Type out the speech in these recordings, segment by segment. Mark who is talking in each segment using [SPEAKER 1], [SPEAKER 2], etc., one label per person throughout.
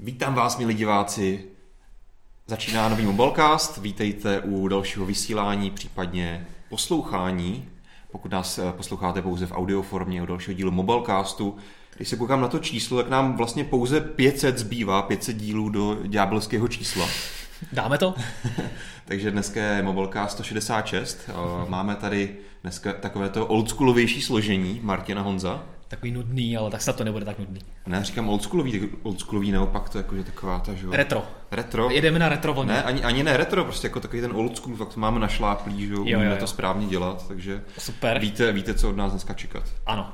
[SPEAKER 1] Vítám vás, milí diváci. Začíná nový Mobilecast. Vítejte u dalšího vysílání, případně poslouchání. Pokud nás posloucháte pouze v audioformě u dalšího dílu Mobilecastu. Když se koukám na to číslo, tak nám vlastně pouze 500 zbývá, 500 dílů do ďábelského čísla.
[SPEAKER 2] Dáme to?
[SPEAKER 1] Takže dneska je Mobilecast 166. Máme tady dneska takovéto oldschoolovější složení Martina, Honza.
[SPEAKER 2] Takový nudný, ale tak snad to nebude tak nudný.
[SPEAKER 1] Ne, říkám oldschoolový, naopak to jakože taková ta, že jo.
[SPEAKER 2] Retro. Jedeme na retro vlně.
[SPEAKER 1] Ne, ani ne retro, prostě jako takový ten old school, fakt to máme našláplý, že umíme to správně dělat, takže
[SPEAKER 2] super.
[SPEAKER 1] Víte, co od nás dneska čekat.
[SPEAKER 2] Ano.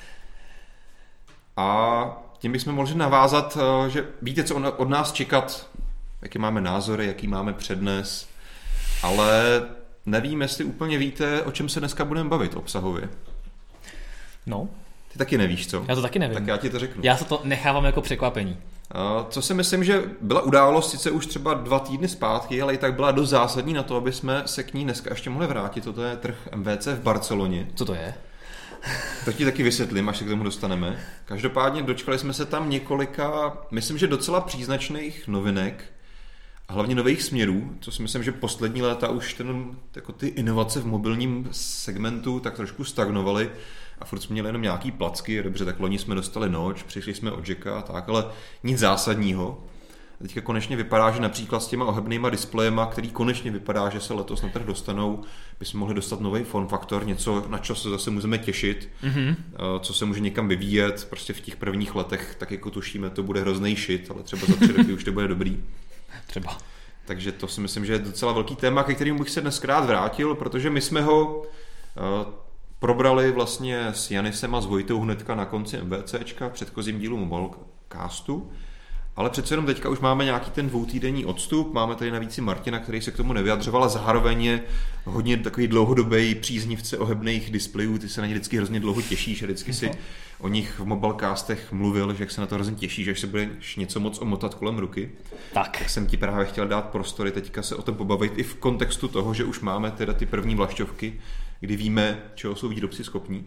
[SPEAKER 1] A tím bychom mohli navázat, že víte, co od nás čekat, jaký máme názory, jaký máme přednes, ale nevím, jestli úplně víte, o čem se dneska budeme bavit obsahově.
[SPEAKER 2] No.
[SPEAKER 1] Ty taky nevíš, co?
[SPEAKER 2] Já to taky nevím.
[SPEAKER 1] Tak já ti to řeknu.
[SPEAKER 2] Já se to nechávám jako překvapení.
[SPEAKER 1] Co si myslím, že byla událost sice už třeba 2 týdny zpátky, ale i tak byla dost zásadní na to, aby jsme se k ní dneska ještě mohli vrátit. Toto je trh MWC v Barceloně.
[SPEAKER 2] Co to je?
[SPEAKER 1] To ti taky vysvětlím, až se k tomu dostaneme. Každopádně dočkali jsme se tam několika, myslím, že docela příznačných novinek, a hlavně nových směrů, co si myslím, že poslední léta už jako ty inovace v mobilním segmentu tak trošku stagnovaly a furt jsme měli jenom nějaký placky, dobře, tak loni jsme dostali Notch, přišli jsme od Jacka a tak, ale nic zásadního. A teďka konečně vypadá, že například s těma ohebnýma displejema, který konečně vypadá, že se letos na trh dostanou, bychom mohli dostat nový form faktor, něco, na čo se zase můžeme těšit, co se může někam vyvíjet, prostě v těch prvních letech, tak jako tušíme, to bude hrozný shit, ale třeba za 3 roky už to bude dobrý.
[SPEAKER 2] Třeba.
[SPEAKER 1] Takže to si myslím, že je docela velký téma, ke kterému bych se dnes rád vrátil, protože my jsme ho probrali vlastně s Janisem a s Vojtou hnedka na konci MVCčka v předchozím dílu Mobilecastu, ale přece jenom teďka už máme nějaký ten 2týdenní odstup, máme tady navíc i Martina, který se k tomu nevyjadřoval, a zároveň je hodně takový dlouhodobý příznivce ohebných displejů, ty se na ně vždycky hrozně dlouho těšíš a vždycky si o nich v Mobilecastech mluvil, že jak se na to hrozně těšíš, až se budeš něco moc omotat kolem ruky.
[SPEAKER 2] Tak
[SPEAKER 1] jsem ti právě chtěl dát prostory teďka se o tom pobavit i v kontextu toho, že už máme teda ty první vlašťovky, kdy víme, čeho jsou výrobci schopní.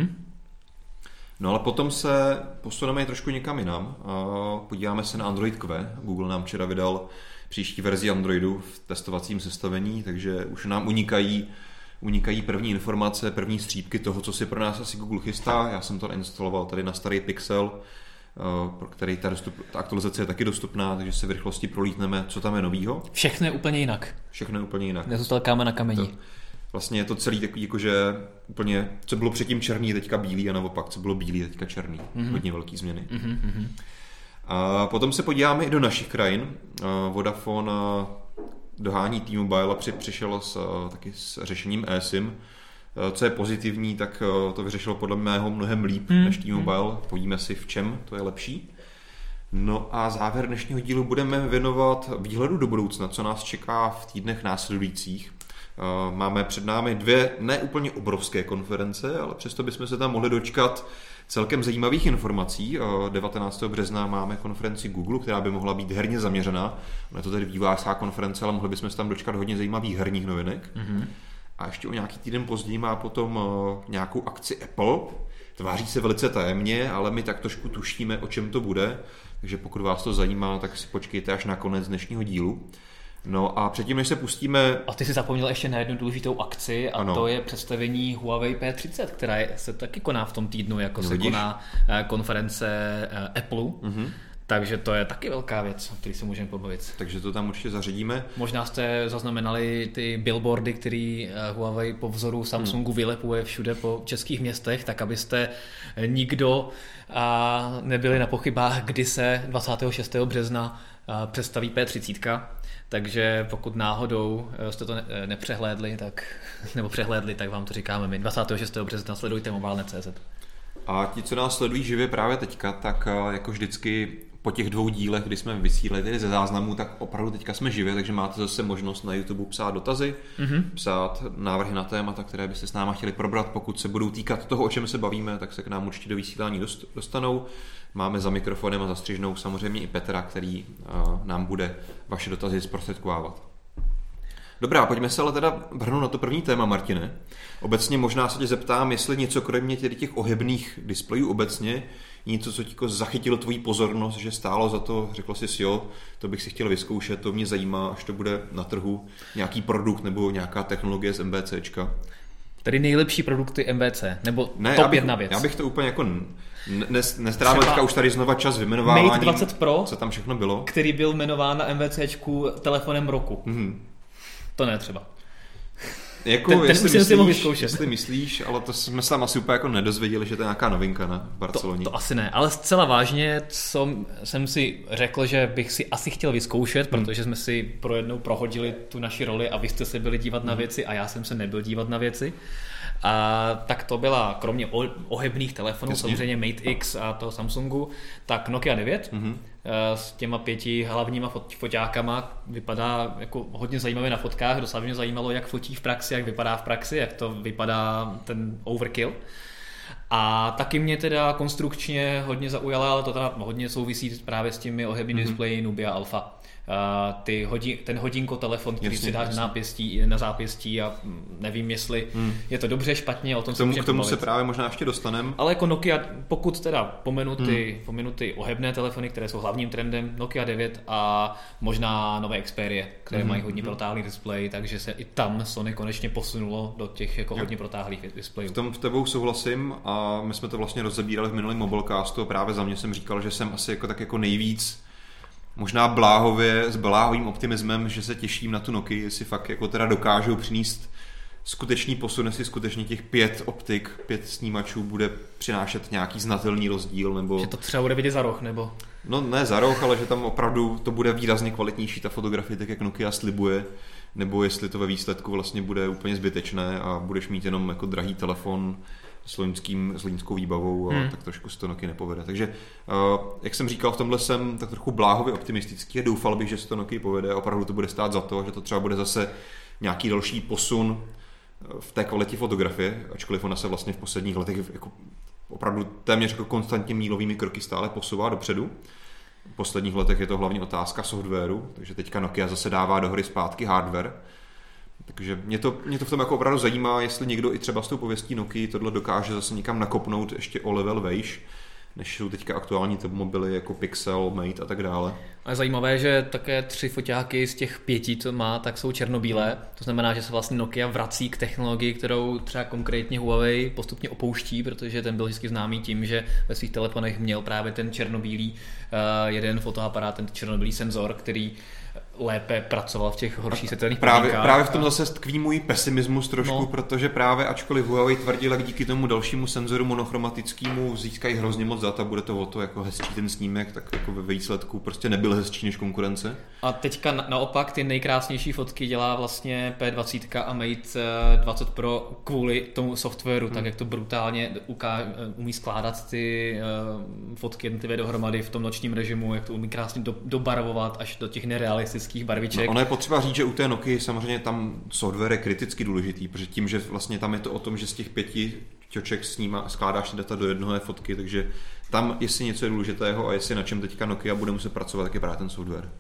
[SPEAKER 1] No ale potom se posuneme trošku někam jinam a podíváme se na Android Q. Google nám včera vydal příští verzi Androidu v testovacím sestavení, takže už nám unikají první informace, první střípky toho, co si pro nás asi Google chystá. Já jsem to instaloval tady na starý Pixel, pro který ta aktualizace je taky dostupná, takže se v rychlosti prolítneme, co tam je novýho.
[SPEAKER 2] Všechno je úplně jinak. Nezůstal kámen na kameni.
[SPEAKER 1] Vlastně je to celý takový, jakože úplně, co bylo předtím černý, teďka bílý, a naopak, co bylo bílý, teďka černý. Hodně velký změny. A potom se podíváme i do našich krajin. Vodafone dohání T-Mobile a přišel taky s řešením eSIM. Co je pozitivní, tak to vyřešilo podle mého mnohem líp než T-Mobile. Podívíme si, v čem to je lepší. No a závěr dnešního dílu budeme věnovat výhledu do budoucna, co nás čeká v týdnech následujících. Máme před námi 2 ne úplně obrovské konference, ale přesto bychom se tam mohli dočkat celkem zajímavých informací. 19. března máme konferenci Google, která by mohla být herně zaměřená. Je to tedy vývojářská konference, ale mohli bychom se tam dočkat hodně zajímavých herních novinek. A ještě o nějaký týden později má potom nějakou akci Apple. Tváří se velice tajemně, ale my tak trošku tušíme, o čem to bude. Takže pokud vás to zajímá, tak si počkejte až na konec dnešního dílu. No a předtím, než se pustíme...
[SPEAKER 2] A ty jsi zapomněl ještě na jednu důležitou akci, a to je představení Huawei P30, která se taky koná v tom týdnu, jako se koná konference Apple. Takže to je taky velká věc, o které se můžeme pobavit.
[SPEAKER 1] Takže to tam určitě zařadíme.
[SPEAKER 2] Možná jste zaznamenali ty billboardy, který Huawei po vzoru Samsungu vylepuje všude po českých městech, tak abyste nikdo nebyli na pochybách, kdy se 26. března představí P30. Takže pokud náhodou jste to nepřehlédli, tak vám to říkáme my. 26. března sledujte mobile.cz.
[SPEAKER 1] A ti, co nás sledují živě právě teďka, tak jako vždycky po těch 2 dílech, kdy jsme vysílali tedy ze záznamu, tak opravdu teďka jsme živě, takže máte zase možnost na YouTube psát dotazy, psát návrhy na témata, které byste s náma chtěli probrat. Pokud se budou týkat toho, o čem se bavíme, tak se k nám určitě do vysílání dostanou. Máme za mikrofonem a za střižnou samozřejmě i Petra, který nám bude vaše dotazy zprostředkovávat. Dobrá, pojďme se ale teda vrhnout na to první téma, Martine. Obecně možná se tě zeptám, jestli něco kromě těch ohebných displejů obecně něco, co ti jako zachytilo tvoji pozornost, že stálo za to, řekl jsi jo, to bych si chtěl vyzkoušet, to mě zajímá, až to bude na trhu nějaký produkt nebo nějaká technologie z MVCčka.
[SPEAKER 2] Tady nejlepší produkty MVC, nebo
[SPEAKER 1] ne,
[SPEAKER 2] top 1 věc.
[SPEAKER 1] Já bych to úplně jako nestrávil teďka už tady znova čas vyjmenováváním,
[SPEAKER 2] Mate 20 Pro,
[SPEAKER 1] co tam všechno bylo.
[SPEAKER 2] který byl jmenován na MVCčku telefonem roku. To ne třeba.
[SPEAKER 1] Jako,
[SPEAKER 2] ten
[SPEAKER 1] jestli myslíš, ale to jsme se tam asi úplně jako nedozvěděli, že to je nějaká novinka na Barceloně.
[SPEAKER 2] To asi ne, ale zcela vážně jsem si řekl, že bych si asi chtěl vyzkoušet, protože jsme si pro jednou prohodili tu naši roli a vy jste se byli dívat na věci a já jsem se nebyl dívat na věci. A tak to byla, kromě ohebných telefonů, samozřejmě Mate X a toho Samsungu, tak Nokia 9 s těma 5 hlavníma foťákama vypadá jako hodně zajímavě na fotkách, docela mě zajímalo, jak fotí v praxi, jak vypadá v praxi, jak to vypadá ten overkill. A taky mě teda konstrukčně hodně zaujala, ale to teda hodně souvisí právě s těmi ohebnými displeji Nubia Alpha. Ten hodinko telefon, který si dáš na zápěstí a nevím, jestli je to dobře, špatně, o tom
[SPEAKER 1] k tomu se právě možná ještě dostaneme.
[SPEAKER 2] Ale jako Nokia, pokud teda pomenu ty ohebné telefony, které jsou hlavním trendem, Nokia 9 a možná nové Xperia, které mají hodně protáhlý displej, takže se i tam Sony konečně posunulo do těch jako hodně protáhlých displejů.
[SPEAKER 1] V tom s tebou souhlasím a my jsme to vlastně rozebírali v minulém Mobilecastu a právě za mě jsem říkal, že jsem asi jako nejvíc možná s bláhovým optimismem, že se těším na tu Nokii, jestli fakt jako teda dokážou přinést skutečný posun, jestli skutečně těch 5 optik, 5 snímačů bude přinášet nějaký znatelný rozdíl, nebo...
[SPEAKER 2] Že to třeba bude vidět za roh, nebo...
[SPEAKER 1] No ne za roh, ale že tam opravdu to bude výrazně kvalitnější ta fotografie, tak jak Nokia slibuje, nebo jestli to ve výsledku vlastně bude úplně zbytečné a budeš mít jenom jako drahý telefon s loňskou výbavou a tak trošku se to Nokia nepovede. Takže, jak jsem říkal, v tomhle jsem tak trochu bláhově optimistický a doufal bych, že se to Nokia povede a opravdu to bude stát za to, že to třeba bude zase nějaký další posun v té kvalitě fotografie, ačkoliv ona se vlastně v posledních letech jako opravdu téměř jako konstantně mílovými kroky stále posouvá dopředu. V posledních letech je to hlavně otázka softwaru, takže teďka Nokia zase dává do hry zpátky hardware. Takže mě to v tom jako opravdu zajímá, jestli někdo i třeba s tou pověstí Nokia tohle dokáže zase někam nakopnout ještě o level vejš, než jsou teďka aktuální top mobily jako Pixel, Mate a tak dále.
[SPEAKER 2] A je zajímavé, že také 3 foťáky z těch 5, co má, tak jsou černobílé. To znamená, že se vlastně Nokia vrací k technologii, kterou třeba konkrétně Huawei postupně opouští, protože ten byl vždycky známý tím, že ve svých telefonech měl právě ten černobílý jeden fotoaparát, ten černobílý senzor, který lépe pracoval v těch horších světelných podmínkách.
[SPEAKER 1] Právě v tom zase tkví můj pesimismus trošku, protože právě ačkoliv Huawei tvrdil, jak díky tomu dalšímu senzoru monochromatickému získají hrozně moc data, bude to o to jako hezčí ten snímek, tak jako ve výsledku prostě nebyl hezčí než konkurence.
[SPEAKER 2] A teďka naopak ty nejkrásnější fotky dělá vlastně P20 a Mate 20 Pro kvůli tomu softwaru, tak jak to brutálně umí skládat ty fotky jednotlivé dohromady v tom nočním režimu, jak to umí krásně dobarvovat až do těch nerealistických barviček.
[SPEAKER 1] No, ono je potřeba říct, že u té Nokia samozřejmě tam software je kriticky důležitý, protože tím, že vlastně tam je to o tom, že z těch 5 ťoček skládáš data do jednoho fotky, takže tam, jestli něco je důležitého a jestli na čem teďka Nokia bude muset pracovat, tak je právě ten software.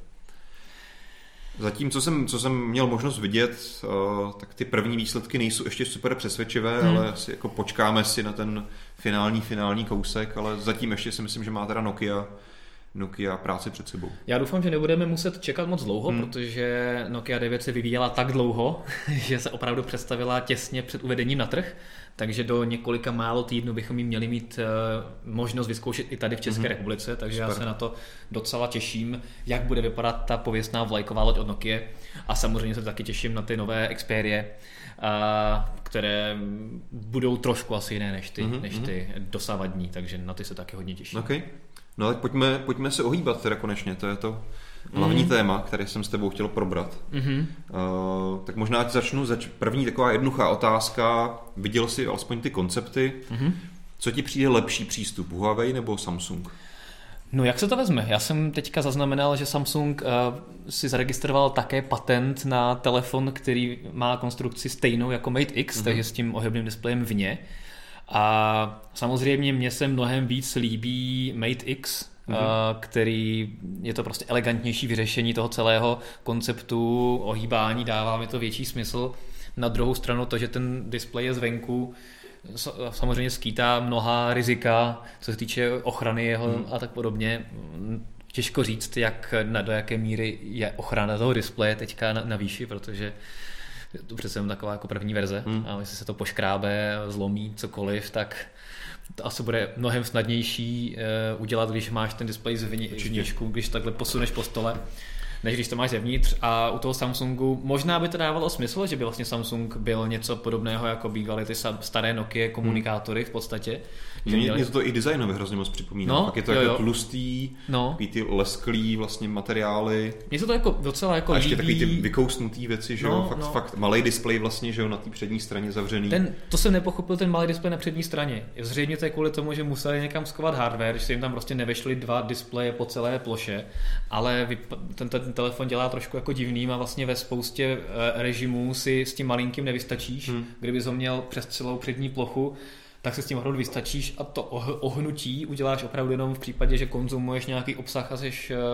[SPEAKER 1] Zatím, co jsem měl možnost vidět, tak ty první výsledky nejsou ještě super přesvědčivé, ale asi jako počkáme si na ten finální kousek, ale zatím ještě si myslím, že má teda Nokia práci před sebou.
[SPEAKER 2] Já doufám, že nebudeme muset čekat moc dlouho, protože Nokia 9 se vyvíjela tak dlouho, že se opravdu představila těsně před uvedením na trh, takže do několika málo týdnů bychom ji měli mít možnost vyzkoušet i tady v České republice, takže já se na to docela těším, jak bude vypadat ta pověstná vlajková loď od Nokia a samozřejmě se taky těším na ty nové Xperia, které budou trošku asi jiné než ty dosavadní, takže na ty se taky hodně těším.
[SPEAKER 1] Okay. No tak pojďme se ohýbat teda konečně, to je to hlavní téma, které jsem s tebou chtěl probrat. Tak možná začnu, první taková jednoduchá otázka, viděl jsi alespoň ty koncepty, co ti přijde lepší přístup, Huawei nebo Samsung?
[SPEAKER 2] No jak se to vezme? Já jsem teďka zaznamenal, že Samsung si zaregistroval také patent na telefon, který má konstrukci stejnou jako Mate X, takže s tím ohebným displejem vně. A samozřejmě mně se mnohem víc líbí Mate X, který je to prostě elegantnější vyřešení toho celého konceptu ohýbání, dává mi to větší smysl. Na druhou stranu to, že ten displej je zvenku, samozřejmě skýtá mnoha rizika, co se týče ochrany jeho a tak podobně. Těžko říct, do jaké míry je ochrana toho displeje teďka na výši, protože to přece je taková jako první verze a jestli se to poškrábe, zlomí, cokoliv, tak to asi bude mnohem snadnější udělat, když máš ten displej zvnějšku, když takhle posuneš po stole, než když to máš zevnitř. A u toho Samsungu možná by to dávalo smysl, že by vlastně Samsung byl něco podobného, jako bývaly ty staré Nokia komunikátory v podstatě.
[SPEAKER 1] Mě to i designově hrozně moc připomíná. Pak je to jako tlustý, ty lesklý vlastně materiály.
[SPEAKER 2] Mně se to jako docela jako
[SPEAKER 1] a ještě
[SPEAKER 2] líbí.
[SPEAKER 1] takový ty vykousnutý věci, že jo, fakt malej displej vlastně, že jo, na té přední straně zavřený.
[SPEAKER 2] To jsem nepochopil, ten malý displej na přední straně. Zřejmě to je kvůli tomu, že museli někam schovat hardware, že se jim tam prostě nevešly 2 displeje po celé ploše, ale ten telefon dělá trošku jako divný a vlastně ve spoustě režimů si s tím malinkým nevystačíš. Kdybys ho měl přes celou přední plochu, tak se s tím opravdu vystačíš a to ohnutí uděláš opravdu jenom v případě, že konzumuješ nějaký obsah a jsi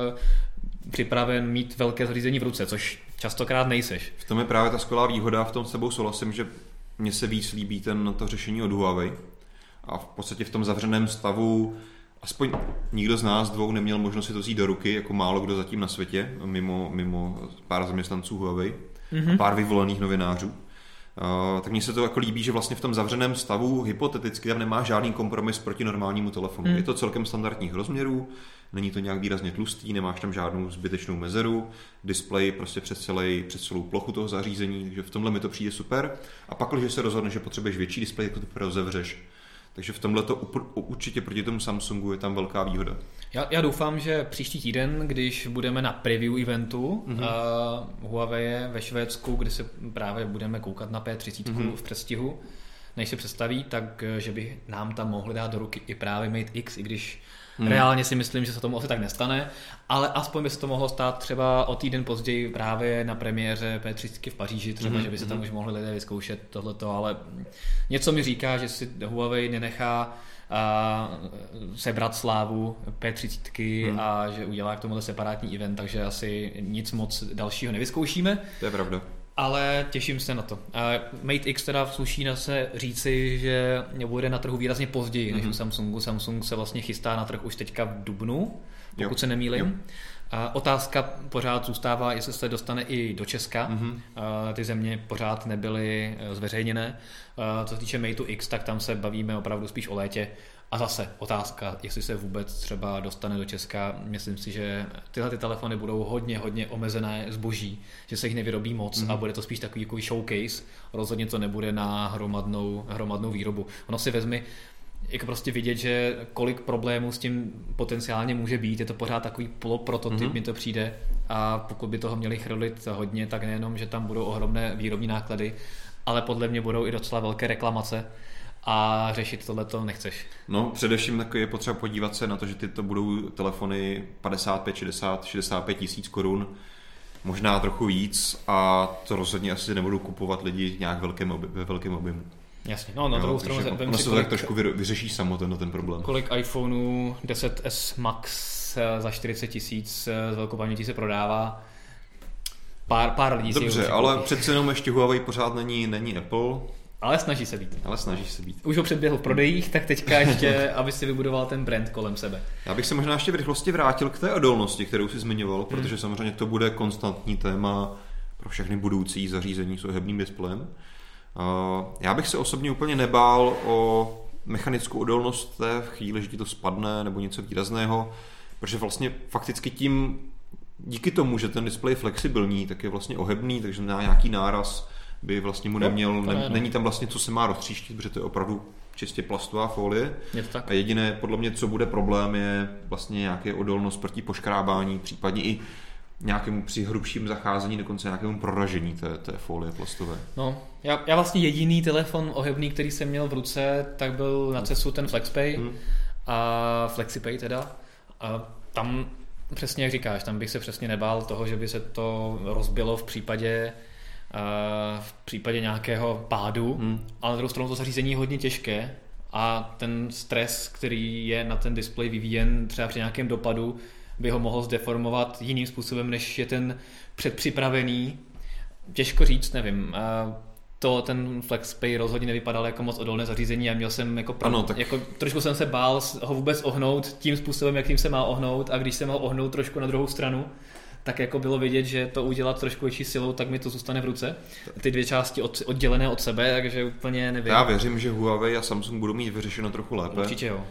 [SPEAKER 2] připraven mít velké zařízení v ruce, což častokrát nejseš.
[SPEAKER 1] V tom je právě ta skvělá výhoda, v tom s tebou souhlasím, že mně se víc líbí to řešení od Huawei a v podstatě v tom zavřeném stavu aspoň nikdo z nás dvou neměl možnost si to vzít do ruky, jako málo kdo zatím na světě, mimo pár zaměstnanců Huawei a pár vyvolených novinářů. Tak mně se to jako líbí, že vlastně v tom zavřeném stavu hypoteticky tam nemá žádný kompromis proti normálnímu telefonu. Je to celkem standardních rozměrů, není to nějak výrazně tlustý, nemáš tam žádnou zbytečnou mezeru, displej prostě přes celou plochu toho zařízení, takže v tomhle mi to přijde super. A pak, když se rozhodneš, že potřebuješ větší displej, jako to rozevřeš. Takže v tomhle to určitě proti tomu Samsungu je tam velká výhoda. Já
[SPEAKER 2] doufám, že příští týden, když budeme na preview eventu Huawei ve Švédsku, kde se právě budeme koukat na P30 v předstihu, než se představí, tak že by nám tam mohli dát do ruky i právě Mate X, i když reálně si myslím, že se tomu asi tak nestane, ale aspoň by se to mohlo stát třeba o týden později právě na premiéře P30 v Paříži, třeba, že by se tam už mohli lidé vyzkoušet tohleto, ale něco mi říká, že si Huawei nenechá sebrat slávu P30 a že udělá k tomuhle separátní event, takže asi nic moc dalšího nevyzkoušíme.
[SPEAKER 1] To je pravda.
[SPEAKER 2] Ale těším se na to. Mate X teda sluší na se říci, že bude na trhu výrazně později než u Samsungu. Samsung se vlastně chystá na trh už teďka v dubnu, pokud se nemýlím. Otázka pořád zůstává, jestli se dostane i do Česka. Ty země pořád nebyly zveřejněné. Co se týče Mateu X, tak tam se bavíme opravdu spíš o létě. A zase otázka, jestli se vůbec třeba dostane do Česka. Myslím si, že tyhle ty telefony budou hodně omezené zboží, že se jich nevyrobí moc a bude to spíš takový jako showcase. Rozhodně to nebude na hromadnou výrobu. Ono si vezmi, jako prostě vidět, že kolik problémů s tím potenciálně může být, je to pořád takový poloprototyp, mi to přijde, a pokud by toho měli chrlit hodně, tak nejenom, že tam budou ohromné výrobní náklady, ale podle mě budou i docela velké reklamace a řešit tohleto nechceš.
[SPEAKER 1] No, především tak je potřeba podívat se na to, že tyto budou telefony 55, 60, 65 tisíc korun, možná trochu víc, a to rozhodně asi nebudou kupovat lidi nějak ve velkém objemu.
[SPEAKER 2] Jasně, no na druhou stranu
[SPEAKER 1] ono se to tak trošku vyřeší samo ten problém.
[SPEAKER 2] Kolik iPhoneů 10s Max za 40 tisíc z velkou pamětí se prodává? Pár lidí.
[SPEAKER 1] Dobře, ale přece jenom ještě Huawei pořád není Apple.
[SPEAKER 2] Ale snaží se být. Už ho předběhl v prodejích, tak teďka ještě, aby si vybudoval ten brand kolem sebe.
[SPEAKER 1] Já bych se možná ještě v rychlosti vrátil k té odolnosti, kterou jsi zmiňoval, protože samozřejmě to bude konstantní téma pro všechny budoucí zařízení s ohebným displejem. Já bych se osobně úplně nebál o mechanickou odolnost té chvíli, že ti to spadne nebo něco výrazného, protože vlastně fakticky díky tomu, že ten displej je flexibilní, tak je vlastně ohebný, takže na nějaký náraz by vlastně mu neměl, není tam vlastně co se má roztříštit, protože to je opravdu čistě plastová folie. A jediné podle mě, co bude problém, je vlastně nějaké odolnost proti poškrábání, případně i nějakému při hrubším zacházení, dokonce nějakému proražení té folie plastové.
[SPEAKER 2] No, já vlastně jediný telefon ohebný, který jsem měl v ruce, tak byl na CESu ten FlexPay a FlexiPay teda. A tam přesně jak říkáš, tam bych se přesně nebál toho, že by se to rozbilo v případě nějakého pádu, ale na druhou stranu to zařízení je hodně těžké a ten stres, který je na ten displej vyvíjen třeba při nějakém dopadu, by ho mohl zdeformovat jiným způsobem, než je ten předpřipravený. Těžko říct, nevím. ten FlexPay rozhodně nevypadal jako moc odolné zařízení a měl jsem jako trošku jsem se bál ho vůbec ohnout tím způsobem, jakým se má ohnout, a když jsem ho ohnul trošku na druhou stranu, tak jako bylo vidět, že to udělat trošku větší silou, tak mi to zůstane v ruce. Ty dvě části oddělené od sebe, takže úplně nevím.
[SPEAKER 1] Já věřím, že Huawei a Samsung budou mít vyřešeno trochu lépe.
[SPEAKER 2] Určitě jo.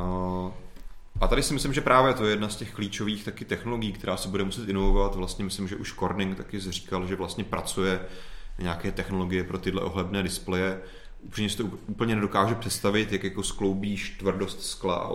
[SPEAKER 1] A tady si myslím, že právě to je jedna z těch klíčových taky technologií, která se bude muset inovovat. Vlastně myslím, že už Corning taky říkal, že vlastně pracuje nějaké technologie pro tyhle ohledné displeje. Upřímně si to úplně nedokáže představit, jak jako skloubíš tvrdost skla a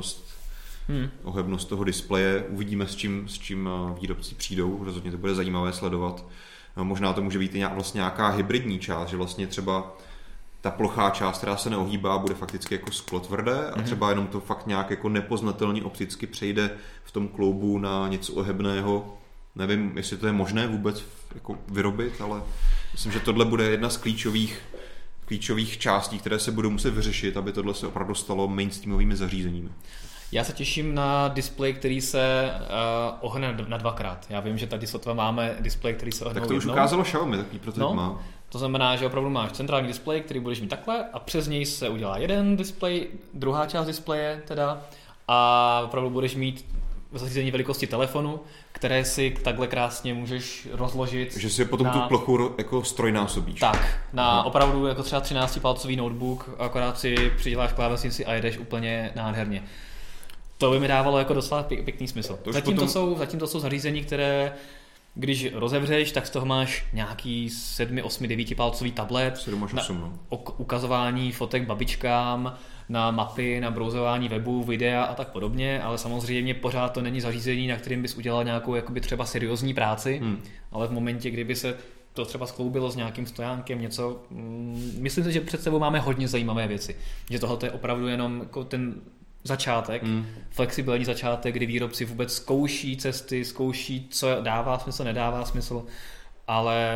[SPEAKER 1] ohebnost toho displeje. Uvidíme, s čím výrobci přijdou. Rozhodně to bude zajímavé sledovat. Možná to může být i vlastně nějaká hybridní část, že vlastně třeba ta plochá část, která se neohýbá, bude fakticky jako sklo tvrdé a třeba jenom to fakt nějak jako nepoznatelně opticky přejde v tom kloubu na něco ohebného. Nevím, jestli to je možné vůbec jako vyrobit, ale myslím, že tohle bude jedna z klíčových částí, které se budou muset vyřešit, aby tohle se opravdu stalo mainstreamovými zařízeními.
[SPEAKER 2] Já se těším na displej, který se ohne na dvakrát. Já vím, že tady sotva máme displej, který se ohne
[SPEAKER 1] tak to už ukázalo Xiaomi, takový prototyp má.
[SPEAKER 2] To znamená, že opravdu máš centrální displej, který budeš mít takhle a přes něj se udělá jeden displej, druhá část displeje teda a opravdu budeš mít zařízení velikosti telefonu, které si takhle krásně můžeš rozložit.
[SPEAKER 1] Že si potom tu plochu jako strojnásobíš.
[SPEAKER 2] Tak, opravdu jako třeba 13-palcový notebook, akorát si přiděláš klávesnici a jedeš úplně nádherně. To by mi dávalo jako docela pěkný smysl. Zatím to jsou zařízení, které když rozevřeš, tak z toho máš nějaký 7, 8, 9 palcový tablet
[SPEAKER 1] 7 až 8,
[SPEAKER 2] na ukazování fotek babičkám, na mapy, na brouzování webu, videa a tak podobně, ale samozřejmě pořád to není zařízení, na kterým bys udělal nějakou jakoby třeba seriózní práci, ale v momentě, kdyby se to třeba skloubilo s nějakým stojánkem, něco, myslím si, že před sebou máme hodně zajímavé věci. Že tohle je opravdu jenom jako ten začátek, flexibilní začátek, kdy výrobci vůbec zkouší cesty, zkouší, co dává smysl, nedává smysl, ale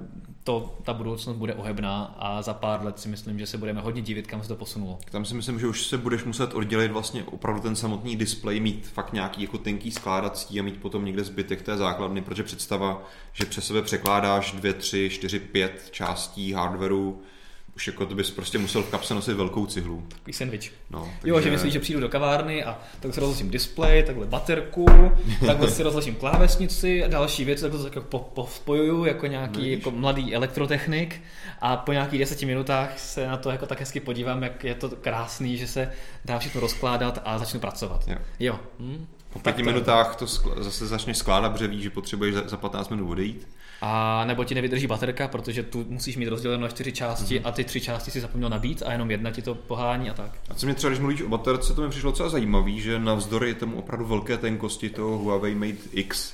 [SPEAKER 2] ta budoucnost bude ohebná a za pár let si myslím, že se budeme hodně divit, kam se to posunulo.
[SPEAKER 1] Tam si myslím, že už se budeš muset oddělit vlastně opravdu ten samotný displej, mít fakt nějaký jako tenký skládací a mít potom někde zbytek té základny, protože představa, že přes sebe překládáš 2, 3, 4, 5 částí hardwareu, už jako to bys prostě musel v kapse nosit velkou cihlu.
[SPEAKER 2] Takový sandwich.
[SPEAKER 1] No,
[SPEAKER 2] takže... Jo, že myslíš, že přijdu do kavárny a tak si rozložím displej, takhle baterku, takhle si rozložím klávesnici a další věci, takhle to jako pospojuju jako nějaký jako mladý elektrotechnik a po nějakých 10 minutách se na to jako tak hezky podívám, jak je to krásný, že se dá všechno rozkládat a začnu pracovat. Jo.
[SPEAKER 1] Po 5 minutách to zase začneš skládat, protože víš, že potřebuješ za 15 minut odejít.
[SPEAKER 2] A nebo ti nevydrží baterka, protože tu musíš mít rozděleno na 4 části a ty 3 části si zapomněl nabít a jenom jedna ti to pohání a tak.
[SPEAKER 1] A co mě třeba, když mluvíš o baterce, to mi přišlo docela zajímavý, že navzdory tomu opravdu velké tenkosti toho Huawei Mate X,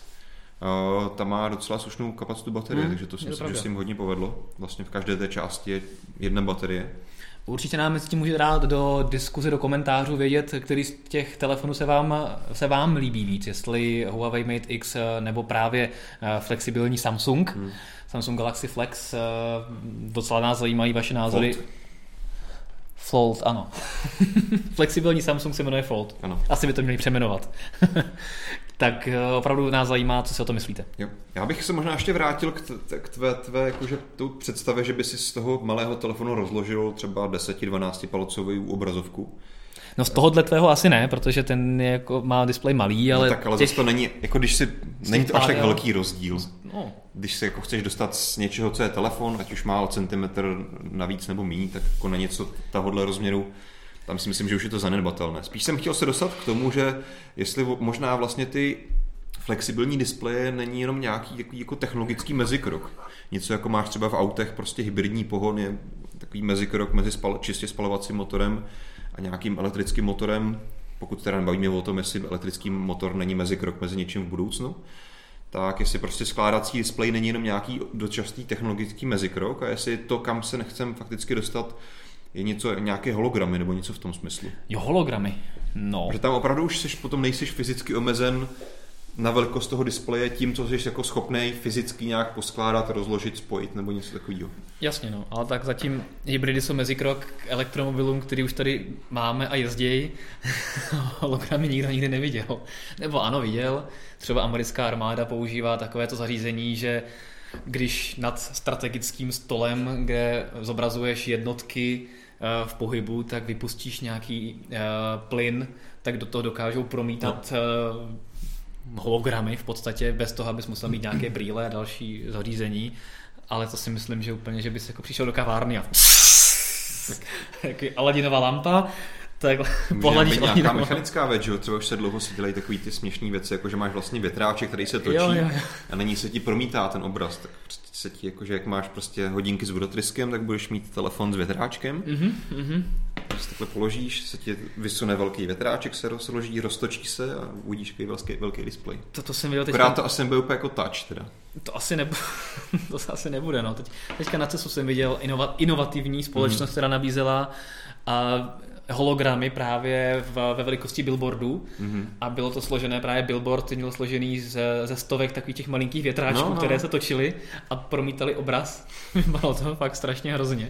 [SPEAKER 1] ta má docela slušnou kapacitu baterie, takže to si myslím, že se jim hodně povedlo. Vlastně v každé té části je jedna baterie.
[SPEAKER 2] Určitě nám s tím můžete dát do diskuze, do komentářů vědět, který z těch telefonů se vám líbí víc, jestli Huawei Mate X nebo právě flexibilní Samsung. Samsung Galaxy Flex, docela nás zajímají vaše názory. Fold, ano. Flexibilní Samsung se jmenuje Fold.
[SPEAKER 1] Ano.
[SPEAKER 2] Asi by to měli přejmenovat. Tak opravdu nás zajímá, co si o to myslíte.
[SPEAKER 1] Jo. Já bych se možná ještě vrátil k tvé jakože tu představě, že by si z toho malého telefonu rozložil třeba 10-12 palcovou obrazovku.
[SPEAKER 2] No z tohohle tvého asi ne, protože ten jako má displej malý, ale...
[SPEAKER 1] No tak ale zase to není, jako není to až tak velký rozdíl. No. Když se jako chceš dostat z něčeho, co je telefon, ať už má o centimetr navíc nebo míň, tak jako na něco tahohle rozměru, tam si myslím, že už je to zanedbatelné. Spíš jsem chtěl se dostat k tomu, že jestli možná vlastně ty flexibilní displeje není jenom nějaký jako technologický mezikrok. Něco jako máš třeba v autech, prostě hybridní pohon je takový mezikrok mezi čistě spalovacím motorem a nějakým elektrickým motorem, pokud teda nebavíme o tom, jestli elektrický motor není mezikrok mezi něčím v budoucnu, tak jestli prostě skládací displej není jenom nějaký dočasný technologický mezikrok a jestli to, kam se nechcem fakticky dostat, je nějaké hologramy nebo něco v tom smyslu.
[SPEAKER 2] Jo, hologramy. No.
[SPEAKER 1] Protože tam opravdu už potom nejseš fyzicky omezen na velikost toho displeje tím, co jsi jako schopnej fyzicky nějak poskládat, rozložit, spojit nebo něco takového.
[SPEAKER 2] Jasně, no, ale tak zatím hybridy jsou mezikrok k elektromobilům, který už tady máme a jezdějí. Hologramy nikdy neviděl. Nebo ano, viděl. Třeba americká armáda používá takovéto zařízení, že když nad strategickým stolem, kde zobrazuješ jednotky v pohybu, tak vypustíš nějaký plyn, tak do toho dokážou promítat hologramy v podstatě, bez toho, abys musel mít nějaké brýle a další zařízení, ale to si myslím, že úplně, že bys jako přišel do kavárny a Aladinová lampa, tak
[SPEAKER 1] pohladíš nějaká mechanická věc, že třeba už se dlouho si dělají takový ty směšný věci, jako že máš vlastně větráček, který se točí a na ní se ti promítá ten obraz, tak prostě se ti, jakože jak máš prostě hodinky s vodotryskem, tak budeš mít telefon s větráčkem. Prostě takhle položíš, se ti vysune velký větráček, se rozloží, roztočí se a uvidíš takový velký displej.
[SPEAKER 2] To jsem viděl
[SPEAKER 1] teďka. To asi nebude úplně jako touch teda.
[SPEAKER 2] To asi nebude, no. Teďka na CESu jsem viděl inovativní společnost, která nabízela hologramy právě ve velikosti billboardu a bylo to složené, právě billboard měl složený ze stovek takových těch malinkých větráčků, které se točily a promítali obraz. Bylo to fakt strašně hrozně.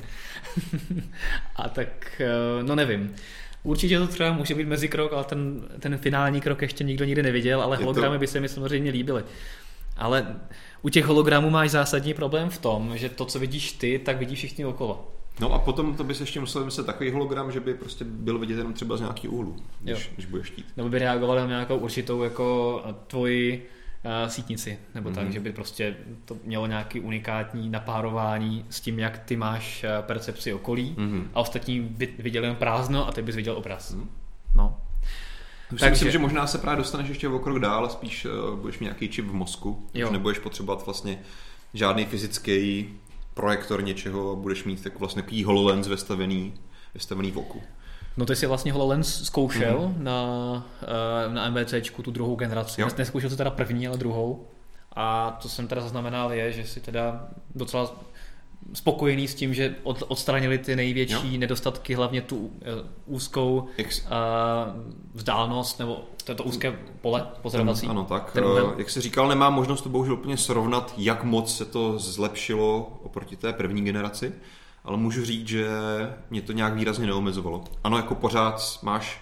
[SPEAKER 2] A tak, no nevím. Určitě to třeba může být mezikrok, ale ten finální krok ještě nikdo nikdy neviděl, ale hologramy by se mi samozřejmě líbily. Ale u těch hologramů máš zásadní problém v tom, že to, co vidíš ty, tak vidí všichni okolo.
[SPEAKER 1] No a potom to bys ještě musel myslet takový hologram, že by prostě byl vidět jenom třeba z nějaký úhlu, když budeš chtít.
[SPEAKER 2] Nebo by reagoval na nějakou určitou jako tvoji sítnici, nebo tak, že by prostě to mělo nějaký unikátní napárování s tím, jak ty máš percepci okolí a ostatní by viděli jen prázdno a ty bys viděl obraz. No.
[SPEAKER 1] Takže myslím, že možná se právě dostaneš ještě o krok dál, spíš budeš mít nějaký čip v mozku, už nebudeš potřebovat vlastně žádný fyzický projektor něčeho a budeš mít tak vlastně takový HoloLens vystavený v oku.
[SPEAKER 2] No ty jsi vlastně HoloLens zkoušel na MVCčku tu druhou generaci. Neskoušel jsi teda první, ale druhou. A co jsem teda zaznamenal je, že jsi teda docela spokojený s tím, že odstranili ty největší nedostatky, hlavně tu úzkou vzdálenost, nebo to úzké pole pozorovací.
[SPEAKER 1] Ano, tak. Jak jsi říkal, nemám možnost to bohužel úplně srovnat, jak moc se to zlepšilo oproti té první generaci, ale můžu říct, že mě to nějak výrazně neomezovalo. Ano, jako pořád máš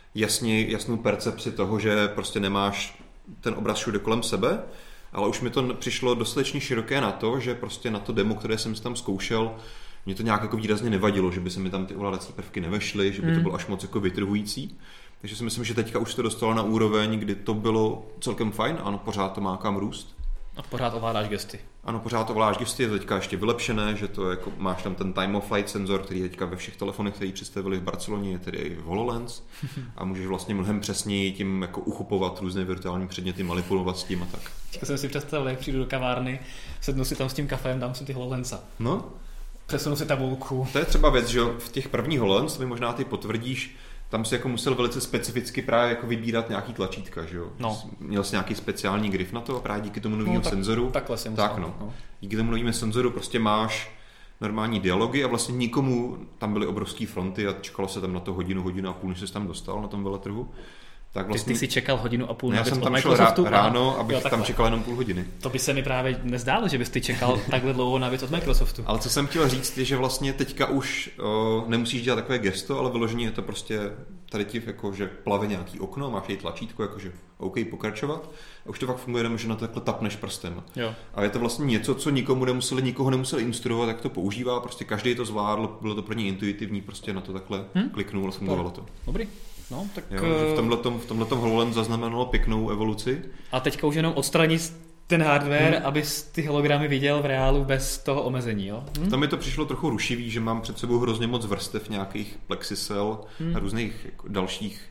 [SPEAKER 1] jasnou percepci toho, že prostě nemáš ten obraz všude kolem sebe, ale už mi to přišlo dostatečně široké na to, že prostě na to demo, které jsem tam zkoušel, mě to nějak jako výrazně nevadilo, že by se mi tam ty ovládací prvky nevešly, že by to bylo až moc jako vytrhující. Takže si myslím, že teďka už to dostalo na úroveň, kdy to bylo celkem fajn, ano, pořád to má kam růst.
[SPEAKER 2] A pořád ovládáš gesty.
[SPEAKER 1] Ano, pořád ovládáš gesty, je to teďka ještě vylepšené, že to jako, máš tam ten time of flight senzor, který teďka ve všech telefonech, který představili v Barceloně, je tedy i v HoloLens a můžeš vlastně mnohem přesněji tím jako uchopovat různé virtuální předměty, manipulovat s tím a tak.
[SPEAKER 2] Teďka jsem si představil, jak přijdu do kavárny, sednu si tam s tím kafem, dám si ty HoloLensa.
[SPEAKER 1] No.
[SPEAKER 2] Přesunu si tabulku.
[SPEAKER 1] To je třeba věc, že v těch prvních HoloLens, mi možná ty potvrdíš, tam si jako musel velice specificky právě jako vybírat nějaký tlačítka, že jo?
[SPEAKER 2] No.
[SPEAKER 1] Měl jsi nějaký speciální grif na to a právě díky tomu novému senzoru.
[SPEAKER 2] Takhle jsem musel.
[SPEAKER 1] No. Díky tomu novému senzoru prostě máš normální dialogy a vlastně nikomu tam byly obrovský fronty a čekalo se tam na to hodinu a půl, než jsi tam dostal na tom veletrhu. Tak vlastně,
[SPEAKER 2] ty jsi čekal hodinu a půl.
[SPEAKER 1] Já jsem tam šel ráno, abych tam čekal jenom půl hodiny.
[SPEAKER 2] To by se mi právě nezdálo, že bys ty čekal takhle dlouho na věc od Microsoftu.
[SPEAKER 1] Ale co jsem chtěl říct je, že vlastně teďka už nemusíš dělat takové gesto, ale vyloženě je to prostě tady ti jako, že plave nějaký okno, máš jej tlačítko, jakože OK, pokračovat. A už to fakt funguje jenom, že na to takhle tapneš prstem.
[SPEAKER 2] Jo.
[SPEAKER 1] A je to vlastně něco, co nikoho nemuseli instruovat, jak to používá, prostě každý to zvládl, bylo to pro ně intuitivní, prostě na to takhle kliknul a fungovalo to.
[SPEAKER 2] Dobrý. No, tak
[SPEAKER 1] jo, v tomhletom HoloLens zaznamenalo pěknou evoluci.
[SPEAKER 2] A teďka už jenom odstranit ten hardware, abys ty hologramy viděl v reálu bez toho omezení, jo?
[SPEAKER 1] Tam mi to přišlo trochu rušivý, že mám před sebou hrozně moc vrstev nějakých plexisel a různých jako dalších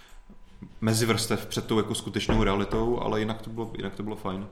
[SPEAKER 1] mezivrstev před tou jako skutečnou realitou, ale jinak to bylo fajn.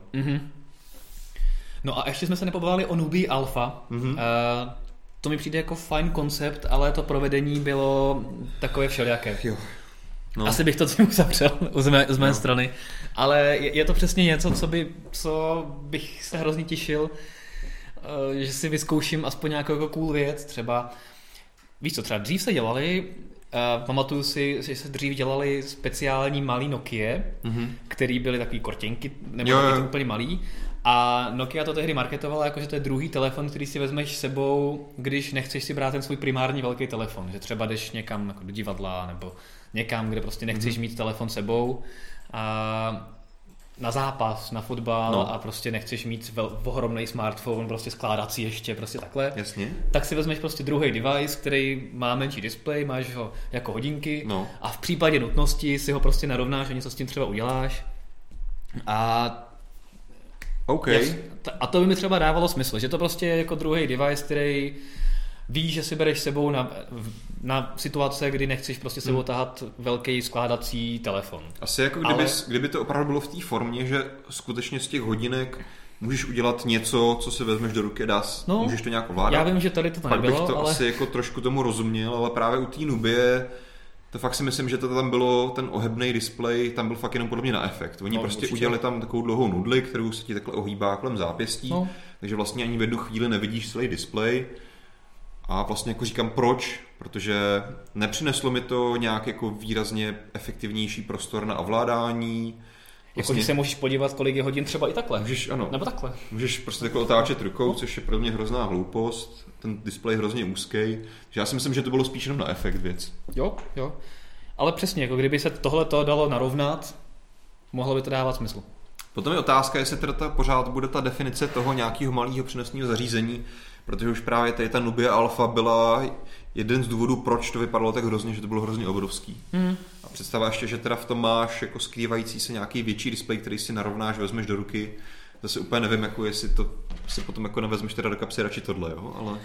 [SPEAKER 2] No a ještě jsme se nepobavili o Nubii Alpha. To mi přijde jako fajn koncept, ale to provedení bylo takové všelijaké.
[SPEAKER 1] Jo. No.
[SPEAKER 2] Asi bych to tím uzavřel z mé strany, ale je to přesně něco, co bych se hrozně těšil, že si vyzkouším aspoň nějakou jako cool věc, třeba, víš co, třeba dřív se dělali, pamatuju si, že se dřív dělali speciální malý Nokia, který byly takový kortěnky, nebo taky úplně malý, a Nokia to tehdy marketovala jako, že to je druhý telefon, který si vezmeš sebou, když nechceš si brát ten svůj primární velký telefon, že třeba jdeš někam jako do divadla nebo někam, kde prostě nechceš mít telefon sebou. A na zápas, na fotbal a prostě nechceš mít ohromný smartphone, prostě skládací ještě, prostě takhle.
[SPEAKER 1] Jasně.
[SPEAKER 2] Tak si vezmeš prostě druhý device, který má menší displej, máš ho jako hodinky a v případě nutnosti si ho prostě narovnáš a něco s tím třeba uděláš. A to by mi třeba dávalo smysl, že to prostě je jako druhý device, který víš, že si bereš sebou na situace, kdy nechceš prostě sebou tahat velký skládací telefon.
[SPEAKER 1] Asi jako kdyby to opravdu bylo v té formě, že skutečně z těch hodinek můžeš udělat něco, co si vezmeš do ruky, můžeš to nějak ovládat.
[SPEAKER 2] Já vím, že tady to nebylo,
[SPEAKER 1] pak bych to asi jako trošku tomu rozuměl, ale právě u té Nubie to fakt si myslím, že to tam bylo, ten ohebný displej, tam byl fakt jenom podobně na efekt. Oni prostě udělali tam takovou dlouhou nudli, kterou se ti takhle ohýbá kolem zápěstí, takže vlastně ani v jednu chvíli nevidíš celý displej. A vlastně jako říkám proč, protože nepřineslo mi to nějak jako výrazně efektivnější prostor na ovládání.
[SPEAKER 2] Vlastně, jako, že se můžeš podívat, kolik je hodin třeba i takhle.
[SPEAKER 1] Můžeš, ano.
[SPEAKER 2] Nebo takhle.
[SPEAKER 1] Můžeš prostě takhle otáčet rukou, což je pro mě hrozná hloupost. Ten displej je hrozně úzký. Takže já si myslím, že to bylo spíš jenom na efekt věc.
[SPEAKER 2] Jo. Ale přesně, jako kdyby se tohleto dalo narovnat, mohlo by to dávat smysl.
[SPEAKER 1] Potom je otázka, jestli teda pořád bude ta definice toho nějakého malého přenosného zařízení, protože už právě tady ta Nubia Alpha byla jeden z důvodů, proč to vypadalo tak hrozně, že to bylo hrozně obrovský. A představa ještě, že teda v tom máš jako skrývající se nějaký větší displej, který si narovnáš, vezmeš do ruky. Zase úplně nevím, jako jestli to si potom jako nevezmeš teda do kapsy radši tohle, jo, ale...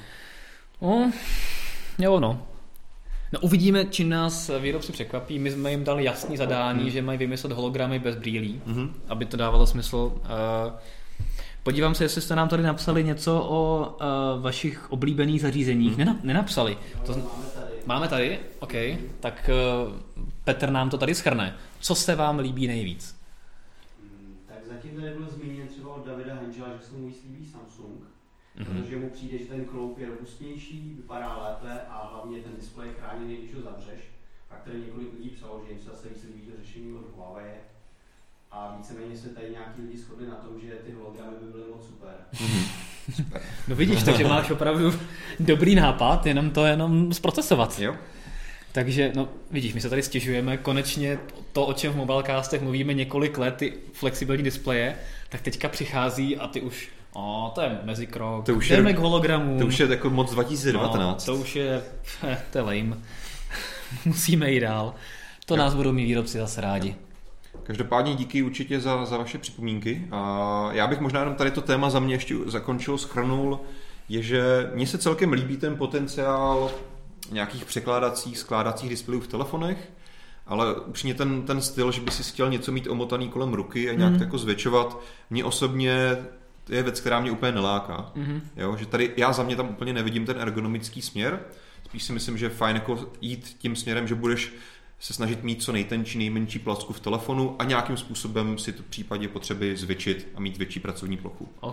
[SPEAKER 2] No uvidíme, či nás výrobci překvapí. My jsme jim dali jasný zadání, že mají vymyslet hologramy bez brýlí, aby to dávalo smysl. Podívám se, jestli jste nám tady napsali něco o vašich oblíbených zařízeních. Nenapsali. Máme tady? OK. Tak Petr nám to tady shrne. Co se vám líbí nejvíc?
[SPEAKER 3] Tak zatím tady bylo zmíněn třeba od Davida Hanžela, že se mu víc líbí Samsung, protože mu přijde, že ten kloup je robustnější, vypadá lépe a hlavně ten displej je chráněný, když ho zavřeš. Pak tady několik lidí psalo, že jim se zase víc líbí to řešení od Huawei. A víceméně se tady nějaký lidi shodli na tom, že ty hologramy by byly moc super.
[SPEAKER 2] No vidíš, takže máš opravdu dobrý nápad, jenom zprocesovat.
[SPEAKER 1] Jo.
[SPEAKER 2] Takže, no vidíš, my se tady stěžujeme, konečně to, o čem v Mobilecastech mluvíme několik let, ty flexibilní displeje, tak teďka přichází a ty už, to je mezikrok, jdeme k hologramům.
[SPEAKER 1] To už je jako moc 2019.
[SPEAKER 2] To už je, to je lame. Musíme jít dál. To nás budou mít výrobci zase rádi.
[SPEAKER 1] Každopádně díky určitě za vaše připomínky. A já bych možná jenom tady to téma za mě ještě zakončil, shrnul, je, že mně se celkem líbí ten potenciál nějakých překládacích, skládacích displejů v telefonech, ale upřímně ten styl, že by si chtěl něco mít omotaný kolem ruky a nějak to jako zvětšovat, mě osobně je věc, která mě úplně neláká. Jo, že tady já za mě tam úplně nevidím ten ergonomický směr. Spíš si myslím, že je fajn jako jít tím směrem, že budeš se snažit mít co nejtenčí, nejmenší placku v telefonu a nějakým způsobem si to v případě potřeby zvětšit a mít větší pracovní plochu.
[SPEAKER 2] OK.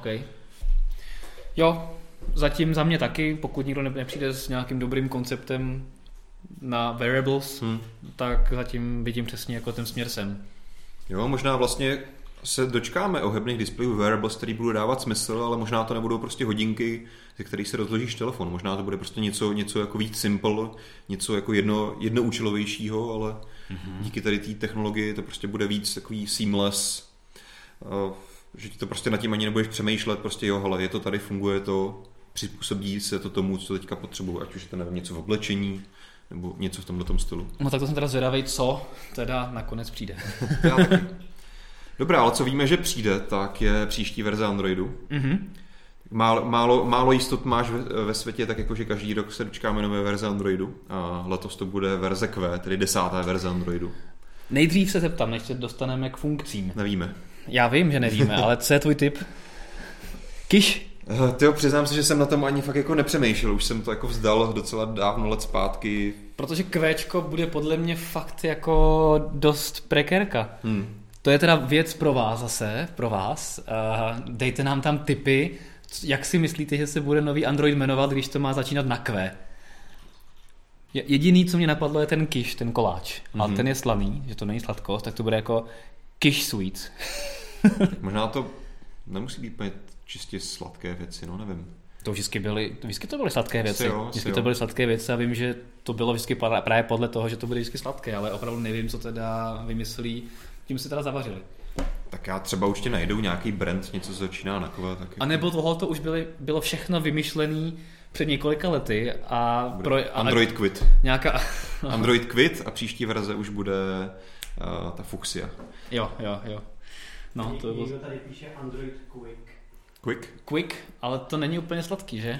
[SPEAKER 2] Jo, zatím za mě taky, pokud nikdo nepřijde s nějakým dobrým konceptem na wearables, tak zatím vidím přesně jako ten směr sem. Jo,
[SPEAKER 1] možná vlastně se dočkáme ohebných displejů wearables, který budou dávat smysl, ale možná to nebudou prostě hodinky, ze kterých se rozložíš telefon. Možná to bude prostě něco jako víc simple, něco jako jednoúčelovějšího, ale díky tady té technologii to prostě bude víc takový seamless, že ti to prostě nad tím ani nebudeš přemýšlet, prostě jo, hele, je to tady, funguje to, přizpůsobí se to tomu, co teďka potřebuji, ať už je to nevím, něco v oblečení, nebo něco v tomhletom stylu.
[SPEAKER 2] No tak to jsem teda zvědavej, co teda nakonec přijde.
[SPEAKER 1] Dobrá, ale co víme, že přijde, tak je příští verze Androidu. Málo jistot máš ve světě, tak jakože každý rok se dočkáme nové verze Androidu a letos to bude verze Q, tedy 10. verze Androidu.
[SPEAKER 2] Nejdřív se zeptám, než se dostaneme k funkcím.
[SPEAKER 1] Nevíme.
[SPEAKER 2] Já vím, že nevíme, ale co je tvůj tip? Kiš?
[SPEAKER 1] Tyjo, přiznám se, že jsem na tom ani fakt jako nepřemýšlel, už jsem to jako vzdal docela dávno let zpátky.
[SPEAKER 2] Protože Qčko bude podle mě fakt jako dost prekérka. To je teda věc pro vás zase, pro vás. Dejte nám tam tipy, jak si myslíte, že se bude nový Android jmenovat, když to má začínat na Q. Jediný, co mě napadlo, je ten kiš, ten koláč. A ten je slaný, že to není sladkost, tak to bude jako kiš sweets.
[SPEAKER 1] Možná to nemusí být čistě sladké věci, no nevím.
[SPEAKER 2] To vždycky to byly sladké věci. Vždycky to byly sladké věci a vím, že to bylo vždycky právě podle toho, že to bude vždycky sladké, ale opravdu nevím, co teda vymyslí. Tím se teda zavařili.
[SPEAKER 1] Tak já třeba určitě najdu nějaký brand, něco se začíná na kové.
[SPEAKER 2] A nebo tohle to už bylo všechno vymyšlené před několika lety a
[SPEAKER 1] Android Quit.
[SPEAKER 2] Nějaká...
[SPEAKER 1] Android Quit a příští verze už bude ta Fuchsia.
[SPEAKER 2] Jo. No, to bylo...
[SPEAKER 3] Někdo tady píše Android
[SPEAKER 1] Quick,
[SPEAKER 2] ale to není úplně sladký, že?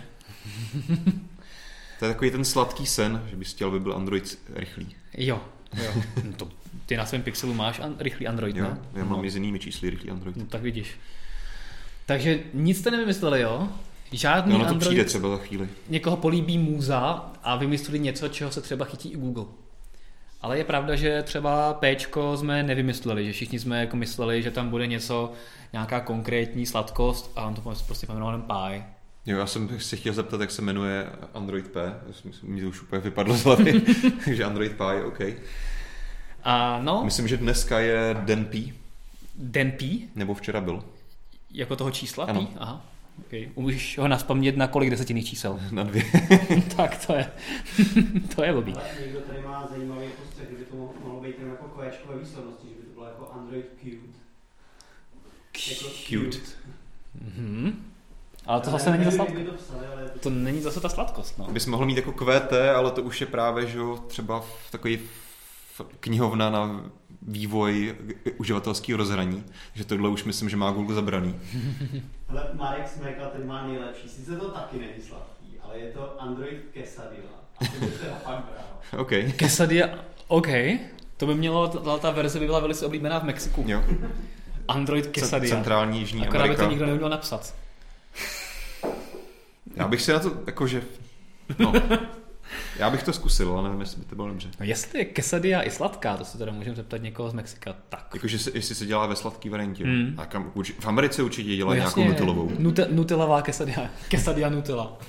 [SPEAKER 1] To je takový ten sladký sen, že bys chtěl, aby byl Android rychlý.
[SPEAKER 2] Jo. To, ty na svém Pixelu máš rychlý Android,
[SPEAKER 1] jo,
[SPEAKER 2] ne?
[SPEAKER 1] Já mám i s jinými čísly rychlý Android.
[SPEAKER 2] No, tak vidíš. Takže nic jste nevymysleli, jo? Žádný
[SPEAKER 1] no, to
[SPEAKER 2] Android.
[SPEAKER 1] Přijde třeba za chvíli.
[SPEAKER 2] Někoho políbí můza a vymysleli něco, čeho se třeba chytí i Google. Ale je pravda, že třeba Pčko jsme nevymysleli, že všichni jsme jako mysleli, že tam bude něco, nějaká konkrétní sladkost a on to prostě pojmenoval Pie.
[SPEAKER 1] Jo, já jsem si chtěl zeptat, jak se jmenuje Android P. Mně to už úplně vypadlo z hlavy. Takže Android Pie, OK.
[SPEAKER 2] No.
[SPEAKER 1] Myslím, že dneska je Den P.
[SPEAKER 2] Den P?
[SPEAKER 1] Nebo včera byl.
[SPEAKER 2] Jako toho čísla P?
[SPEAKER 1] Ano.
[SPEAKER 2] Aha. Okay. Umíš ho nazpamět na kolik desetinných čísel?
[SPEAKER 1] Na 2.
[SPEAKER 2] Tak to je. To je blbý.
[SPEAKER 3] Ale někdo tady má zajímavý postřeh, že by to mohlo být jako kovéčkové výslednosti, že by to bylo jako Android Cute. Jako
[SPEAKER 1] Cute.
[SPEAKER 2] Ale to zase není ta sladkost.
[SPEAKER 3] To
[SPEAKER 2] není zase ta sladkost. No.
[SPEAKER 1] Bys mohl mít jako QT, ale to už je právě, že třeba v takový knihovna na vývoj uživatelského rozhraní, že tohle už myslím, že má Google zabraný.
[SPEAKER 3] Ale Marek Smrekla, ten má nejlepší, sice to taky není sladký, ale je to Android Quesadilla. A to by teda fakt bravo.
[SPEAKER 1] OK.
[SPEAKER 2] Quesadilla, OK. To by mělo, ta verze by byla velice oblíbená v Mexiku.
[SPEAKER 1] Jo.
[SPEAKER 2] Android Quesadilla.
[SPEAKER 1] Centrální Jižní
[SPEAKER 2] Akorát
[SPEAKER 1] Amerika.
[SPEAKER 2] by to nikdo neuměl napsat.
[SPEAKER 1] Já bych si na to, jakože, no, já bych to zkusil, ale nevím, jestli by to bylo dobře.
[SPEAKER 2] No jestli je quesadilla i sladká, to se teda můžeme zeptat někoho z Mexika, tak.
[SPEAKER 1] Jakože jestli se dělá ve sladký variantě. A v Americe určitě dělá nějakou
[SPEAKER 2] jasně,
[SPEAKER 1] nutelovou.
[SPEAKER 2] Nutelová quesadilla. Quesadilla Nutella.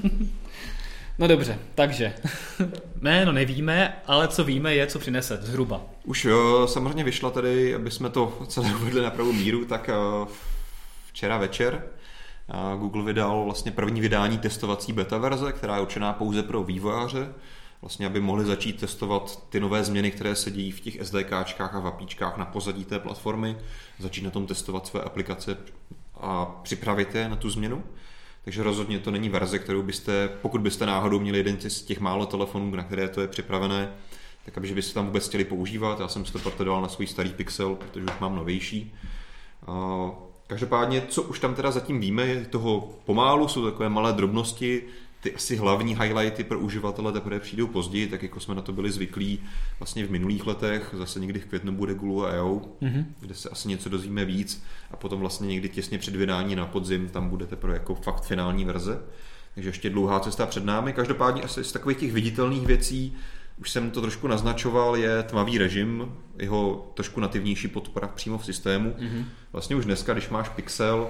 [SPEAKER 2] No dobře, takže. Jméno nevíme, ale co víme je, co přinese, zhruba.
[SPEAKER 1] Už jo, samozřejmě vyšla tady, aby jsme to celé uvedli na pravou míru, tak včera večer Google vydal vlastně první vydání testovací beta verze, která je určená pouze pro vývojáře, vlastně aby mohli začít testovat ty nové změny, které se dějí v těch SDKčkách a v APIčkách na pozadí té platformy, začít na tom testovat své aplikace a připravit je na tu změnu. Takže rozhodně to není verze, kterou byste, pokud byste náhodou měli jeden z těch málo telefonů, na které to je připravené, tak abyže byste tam vůbec chtěli používat. Já jsem si to proto dal na svůj starý Pixel, protože už mám novější. Každopádně, co už tam teda zatím víme, je toho pomálu, jsou takové malé drobnosti, ty asi hlavní highlighty pro uživatele teprve přijdou později, tak jako jsme na to byli zvyklí vlastně v minulých letech, zase někdy v květnu bude Google I.O., kde se asi něco dozvíme víc a potom vlastně někdy těsně před vydání na podzim tam bude teprve jako fakt finální verze, takže ještě dlouhá cesta před námi. Každopádně asi z takových těch viditelných věcí, už jsem to trošku naznačoval, je tmavý režim, jeho trošku nativnější podpora přímo v systému. Vlastně už dneska, když máš Pixel,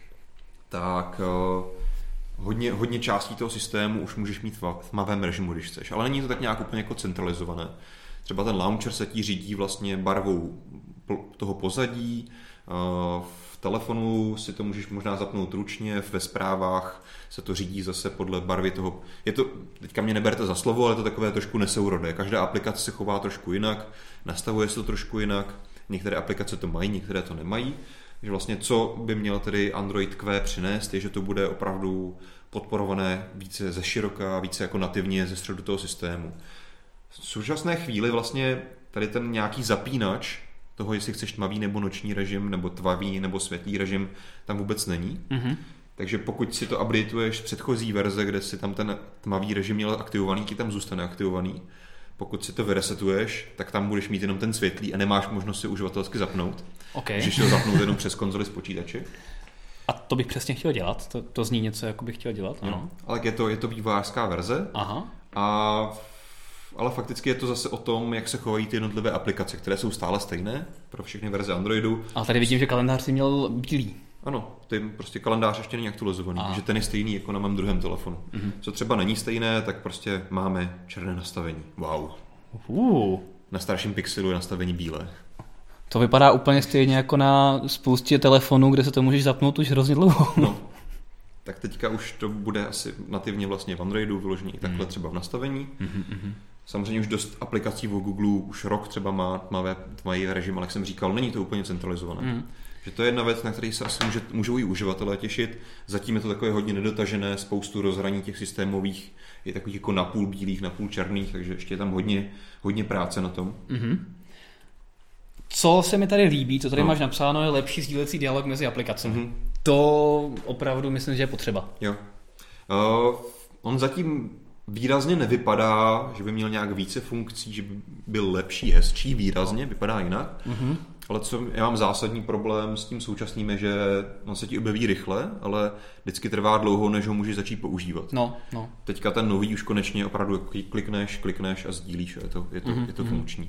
[SPEAKER 1] tak hodně částí toho systému už můžeš mít v tmavém režimu, když chceš, ale není to tak nějak úplně jako centralizované. Třeba ten launcher se ti řídí vlastně barvou toho pozadí, v telefonu si to můžeš možná zapnout ručně, ve zprávách se to řídí zase podle barvy toho. Je to, teďka mě neberte za slovo, ale je to takové trošku nesourodé. Každá aplikace se chová trošku jinak, nastavuje se to trošku jinak, některé aplikace to mají, některé to nemají. Takže vlastně co by měl tedy Android Q přinést, je, že to bude opravdu podporované více ze široka, více jako nativně ze středu toho systému. V současné chvíli vlastně tady ten nějaký zapínač toho, jestli chceš tmavý nebo noční režim, nebo tmavý nebo světlý režim, tam vůbec není. Takže pokud si to updateuješ z předchozí verze, kde si tam ten tmavý režim měl aktivovaný, ti tam zůstane aktivovaný. Pokud si to vyresetuješ, tak tam budeš mít jenom ten světlý a nemáš možnost si uživatelsky zapnout. Můžeš to zapnout jenom přes konzoli z počítače.
[SPEAKER 2] A to bych přesně chtěl dělat. To zní něco, jako bych chtěl dělat.
[SPEAKER 1] Ano. Ale je to vývojářská verze. Ale fakticky je to zase o tom, jak se chovají ty jednotlivé aplikace, které jsou stále stejné pro všechny verze Androidu.
[SPEAKER 2] Ale tady vidím, že kalendář si měl bílý.
[SPEAKER 1] Ano, prostě kalendář ještě není aktualizovaný, že ten je stejný jako na mém druhém telefonu. Co třeba není stejné, tak prostě máme černé nastavení. Wow. Na starším Pixelu je nastavení bílé.
[SPEAKER 2] To vypadá úplně stejně jako na spoustě telefonů, kde se to můžeš zapnout už hrozně dlouho.
[SPEAKER 1] No. Tak teďka už to bude asi nativně vlastně v Androidu vyložený i takhle třeba v nastavení. Samozřejmě už dost aplikací v Google už rok třeba mají režim, ale jak jsem říkal, není to úplně centralizované. Že to je jedna věc, na který se asi můžou i uživatelé těšit. Zatím je to takové hodně nedotažené, spoustu rozhraní těch systémových je takových jako napůl bílých, napůl černých, takže ještě je tam hodně práce na tom.
[SPEAKER 2] Co se mi tady líbí, co tady máš napsáno, je lepší sdílecí dialog mezi aplikacemi. To opravdu myslím, že je potřeba.
[SPEAKER 1] Jo. On zatím výrazně nevypadá, že by měl nějak více funkcí, že by byl lepší, hezčí, výrazně, vypadá jinak. Ale co já mám zásadní problém s tím současným je, že on se ti objeví rychle, ale vždycky trvá dlouho, než ho můžeš začít používat.
[SPEAKER 2] No.
[SPEAKER 1] Teďka ten nový už konečně opravdu klikneš a sdílíš a je to funkční.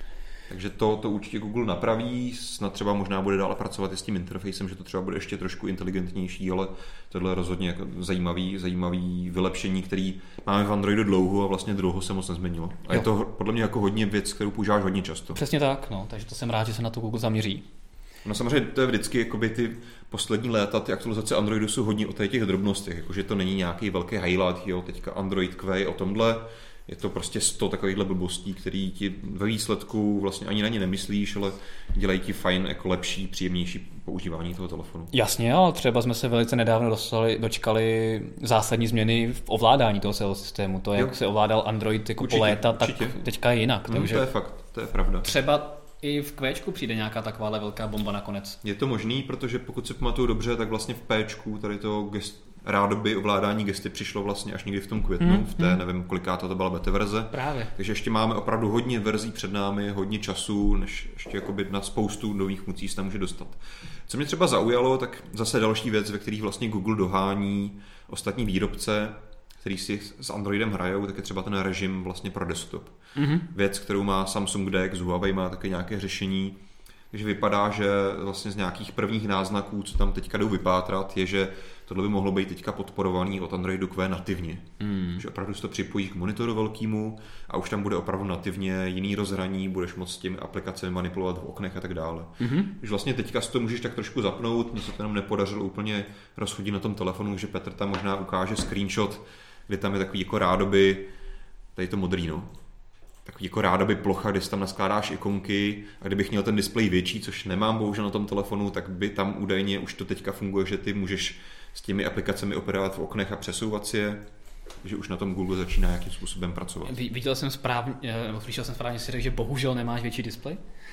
[SPEAKER 1] Takže to určitě Google napraví, snad třeba možná bude dále pracovat i s tím interfejsem, že to třeba bude ještě trošku inteligentnější, ale tohle je rozhodně jako zajímavý vylepšení, který máme v Androidu dlouho a vlastně dlouho se moc nezměnilo. A je to podle mě jako hodně věc, kterou používáš hodně často.
[SPEAKER 2] Přesně tak, takže to jsem rád, že se na to Google zaměří.
[SPEAKER 1] No samozřejmě to je vždycky jakoby ty poslední léta, ty aktualizace Androidu jsou hodně o těch drobnostech, jakože to není nějaký velký highlight, teďka Android Q o tomhle. Je to prostě 100 takovýchhle blbostí, který ti ve výsledku vlastně ani na ně nemyslíš, ale dělají ti fajn, jako lepší, příjemnější používání toho telefonu.
[SPEAKER 2] Jasně, ale třeba jsme se velice nedávno dočkali zásadní změny v ovládání toho celého systému. To, jak se ovládal Android jako po léta, tak teďka je jinak. Takže
[SPEAKER 1] to je fakt, to je pravda.
[SPEAKER 2] Třeba i v Qčku přijde nějaká takováhle velká bomba nakonec.
[SPEAKER 1] Je to možný, protože pokud si pamatuju dobře, tak vlastně v Pčku tady to rádoby ovládání gesty přišlo vlastně až někdy v tom květnu, v té, nevím kolikátá to byla beta verze.
[SPEAKER 2] Právě.
[SPEAKER 1] Takže ještě máme opravdu hodně verzí před námi, hodně času, než ještě jakoby na spoustu nových funkcí se tam může dostat. Co mě třeba zaujalo, tak zase další věc, ve kterých vlastně Google dohání ostatní výrobce, který si s Androidem hrajou, tak je třeba ten režim vlastně pro desktop. Věc, kterou má Samsung DeX, Huawei má také nějaké řešení. Takže vypadá, že vlastně z nějakých prvních náznaků, co tam teďka jdou vypátrat, je, že tohle by mohlo být teďka podporovaný od Androidu Q nativně. Že opravdu se to připojí k monitoru velkému a už tam bude opravdu nativně jiný rozhraní, budeš moct s těmi aplikacemi manipulovat v oknech a tak dále. Takže vlastně teďka si to můžeš tak trošku zapnout, mně se to jenom nepodařilo úplně rozchodit na tom telefonu, takže Petr tam možná ukáže screenshot, kde tam je takový jako rádoby, tady to modrý, takový jako rádoby plocha, kde si tam naskládáš ikonky a kdybych měl ten displej větší, což nemám bohužel na tom telefonu, tak by tam údajně už to teďka funguje, že ty můžeš s těmi aplikacemi operovat v oknech a přesouvat si je, že už na tom Google začíná nějakým způsobem pracovat.
[SPEAKER 2] Viděl jsem správně, nebo slyšel jsem správně, si řekl, že bohužel nemáš větší displej?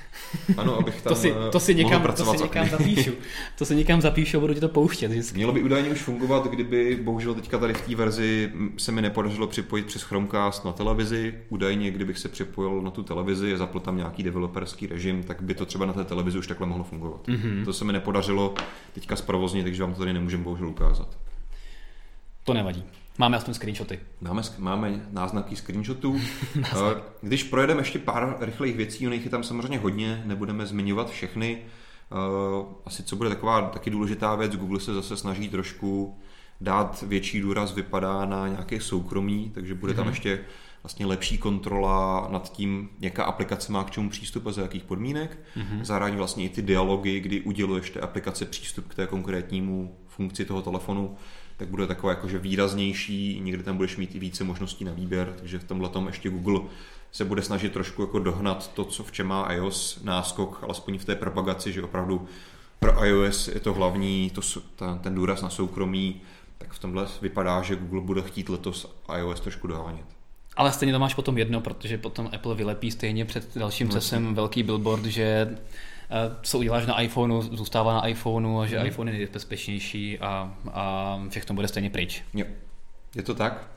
[SPEAKER 1] Ano, abych tam
[SPEAKER 2] to si někam
[SPEAKER 1] zapíšu.
[SPEAKER 2] To si někam zapíšu a budu ti to pouštět vždycky.
[SPEAKER 1] Mělo by údajně už fungovat, kdyby bohužel teďka tady v té verzi se mi nepodařilo připojit přes Chromecast na televizi. Údajně, kdybych se připojil na tu televizi a zapl tam nějaký developerský režim, tak by to třeba na té televizi už takhle mohlo fungovat. To se mi nepodařilo teďka zprovoznit, takže vám to tady nemůžeme bohužel ukázat.
[SPEAKER 2] To nevadí. Máme aspoň screenshoty.
[SPEAKER 1] Máme náznaky screenshotů. Když projedeme ještě pár rychlých věcí, je tam samozřejmě hodně, nebudeme zmiňovat všechny. Asi co bude taková taky důležitá věc, Google se zase snaží trošku dát větší důraz, vypadá na nějaké soukromí, takže bude tam ještě vlastně lepší kontrola nad tím, jaká aplikace má k čemu přístup a za jakých podmínek. Zároveň vlastně i ty dialogy, kdy uděluješ té aplikace přístup k té konkrétnímu funkci toho telefonu, tak bude taková jakože výraznější, někdy tam budeš mít i více možností na výběr, takže v tomhletom ještě Google se bude snažit trošku jako dohnat to, co v čem má iOS náskok, alespoň v té propagaci, že opravdu pro iOS je to hlavní, ten důraz na soukromí, tak v tomhle vypadá, že Google bude chtít letos iOS trošku dohánět.
[SPEAKER 2] Ale stejně to máš potom jedno, protože potom Apple vylepí stejně před dalším CESem velký billboard, že co uděláš na iPhoneu, zůstává na iPhoneu a že iPhone je nejbezpečnější a všechno bude stejně pryč.
[SPEAKER 1] Jo, je to tak.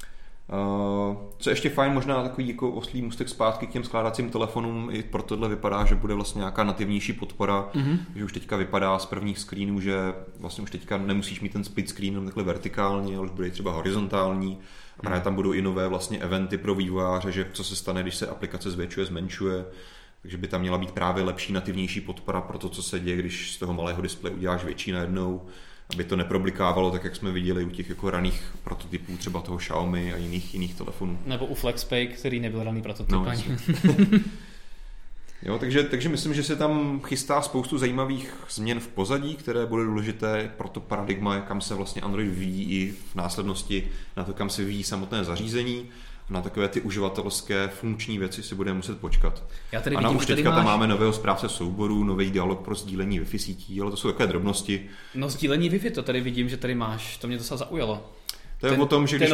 [SPEAKER 1] Co ještě fajn, možná takový jako oslý můstek zpátky k těm skládacím telefonům, i pro tohle vypadá, že bude vlastně nějaká nativnější podpora, že už teďka vypadá z prvních screenů, že vlastně už teďka nemusíš mít ten split screen jenom takhle vertikálně, ale už bude třeba horizontální. A právě tam budou i nové vlastně eventy pro vývojáře, že co se stane, když se aplikace zvětšuje, zmenšuje. Takže by tam měla být právě lepší, nativnější podpora pro to, co se děje, když z toho malého displeje uděláš větší najednou, aby to neproblikávalo, tak jak jsme viděli u těch jako raných prototypů, třeba toho Xiaomi a jiných telefonů.
[SPEAKER 2] Nebo u FlexPay, který nebyl raný prototyp.
[SPEAKER 1] Jo, takže myslím, že se tam chystá spoustu zajímavých změn v pozadí, které budou důležité pro to paradigma, kam se vlastně Android vyvíjí i v následnosti na to, kam se vyvíjí samotné zařízení. Na takové ty uživatelské funkční věci si budeme muset počkat.
[SPEAKER 2] Já tady
[SPEAKER 1] a
[SPEAKER 2] vidím,
[SPEAKER 1] už teďka tam máme nového správce souborů, nový dialog pro sdílení Wi-Fi sítí, ale to jsou takové drobnosti.
[SPEAKER 2] No sdílení Wi-Fi, to tady vidím, že tady máš, to mě docela zaujalo.
[SPEAKER 1] To je o tom, že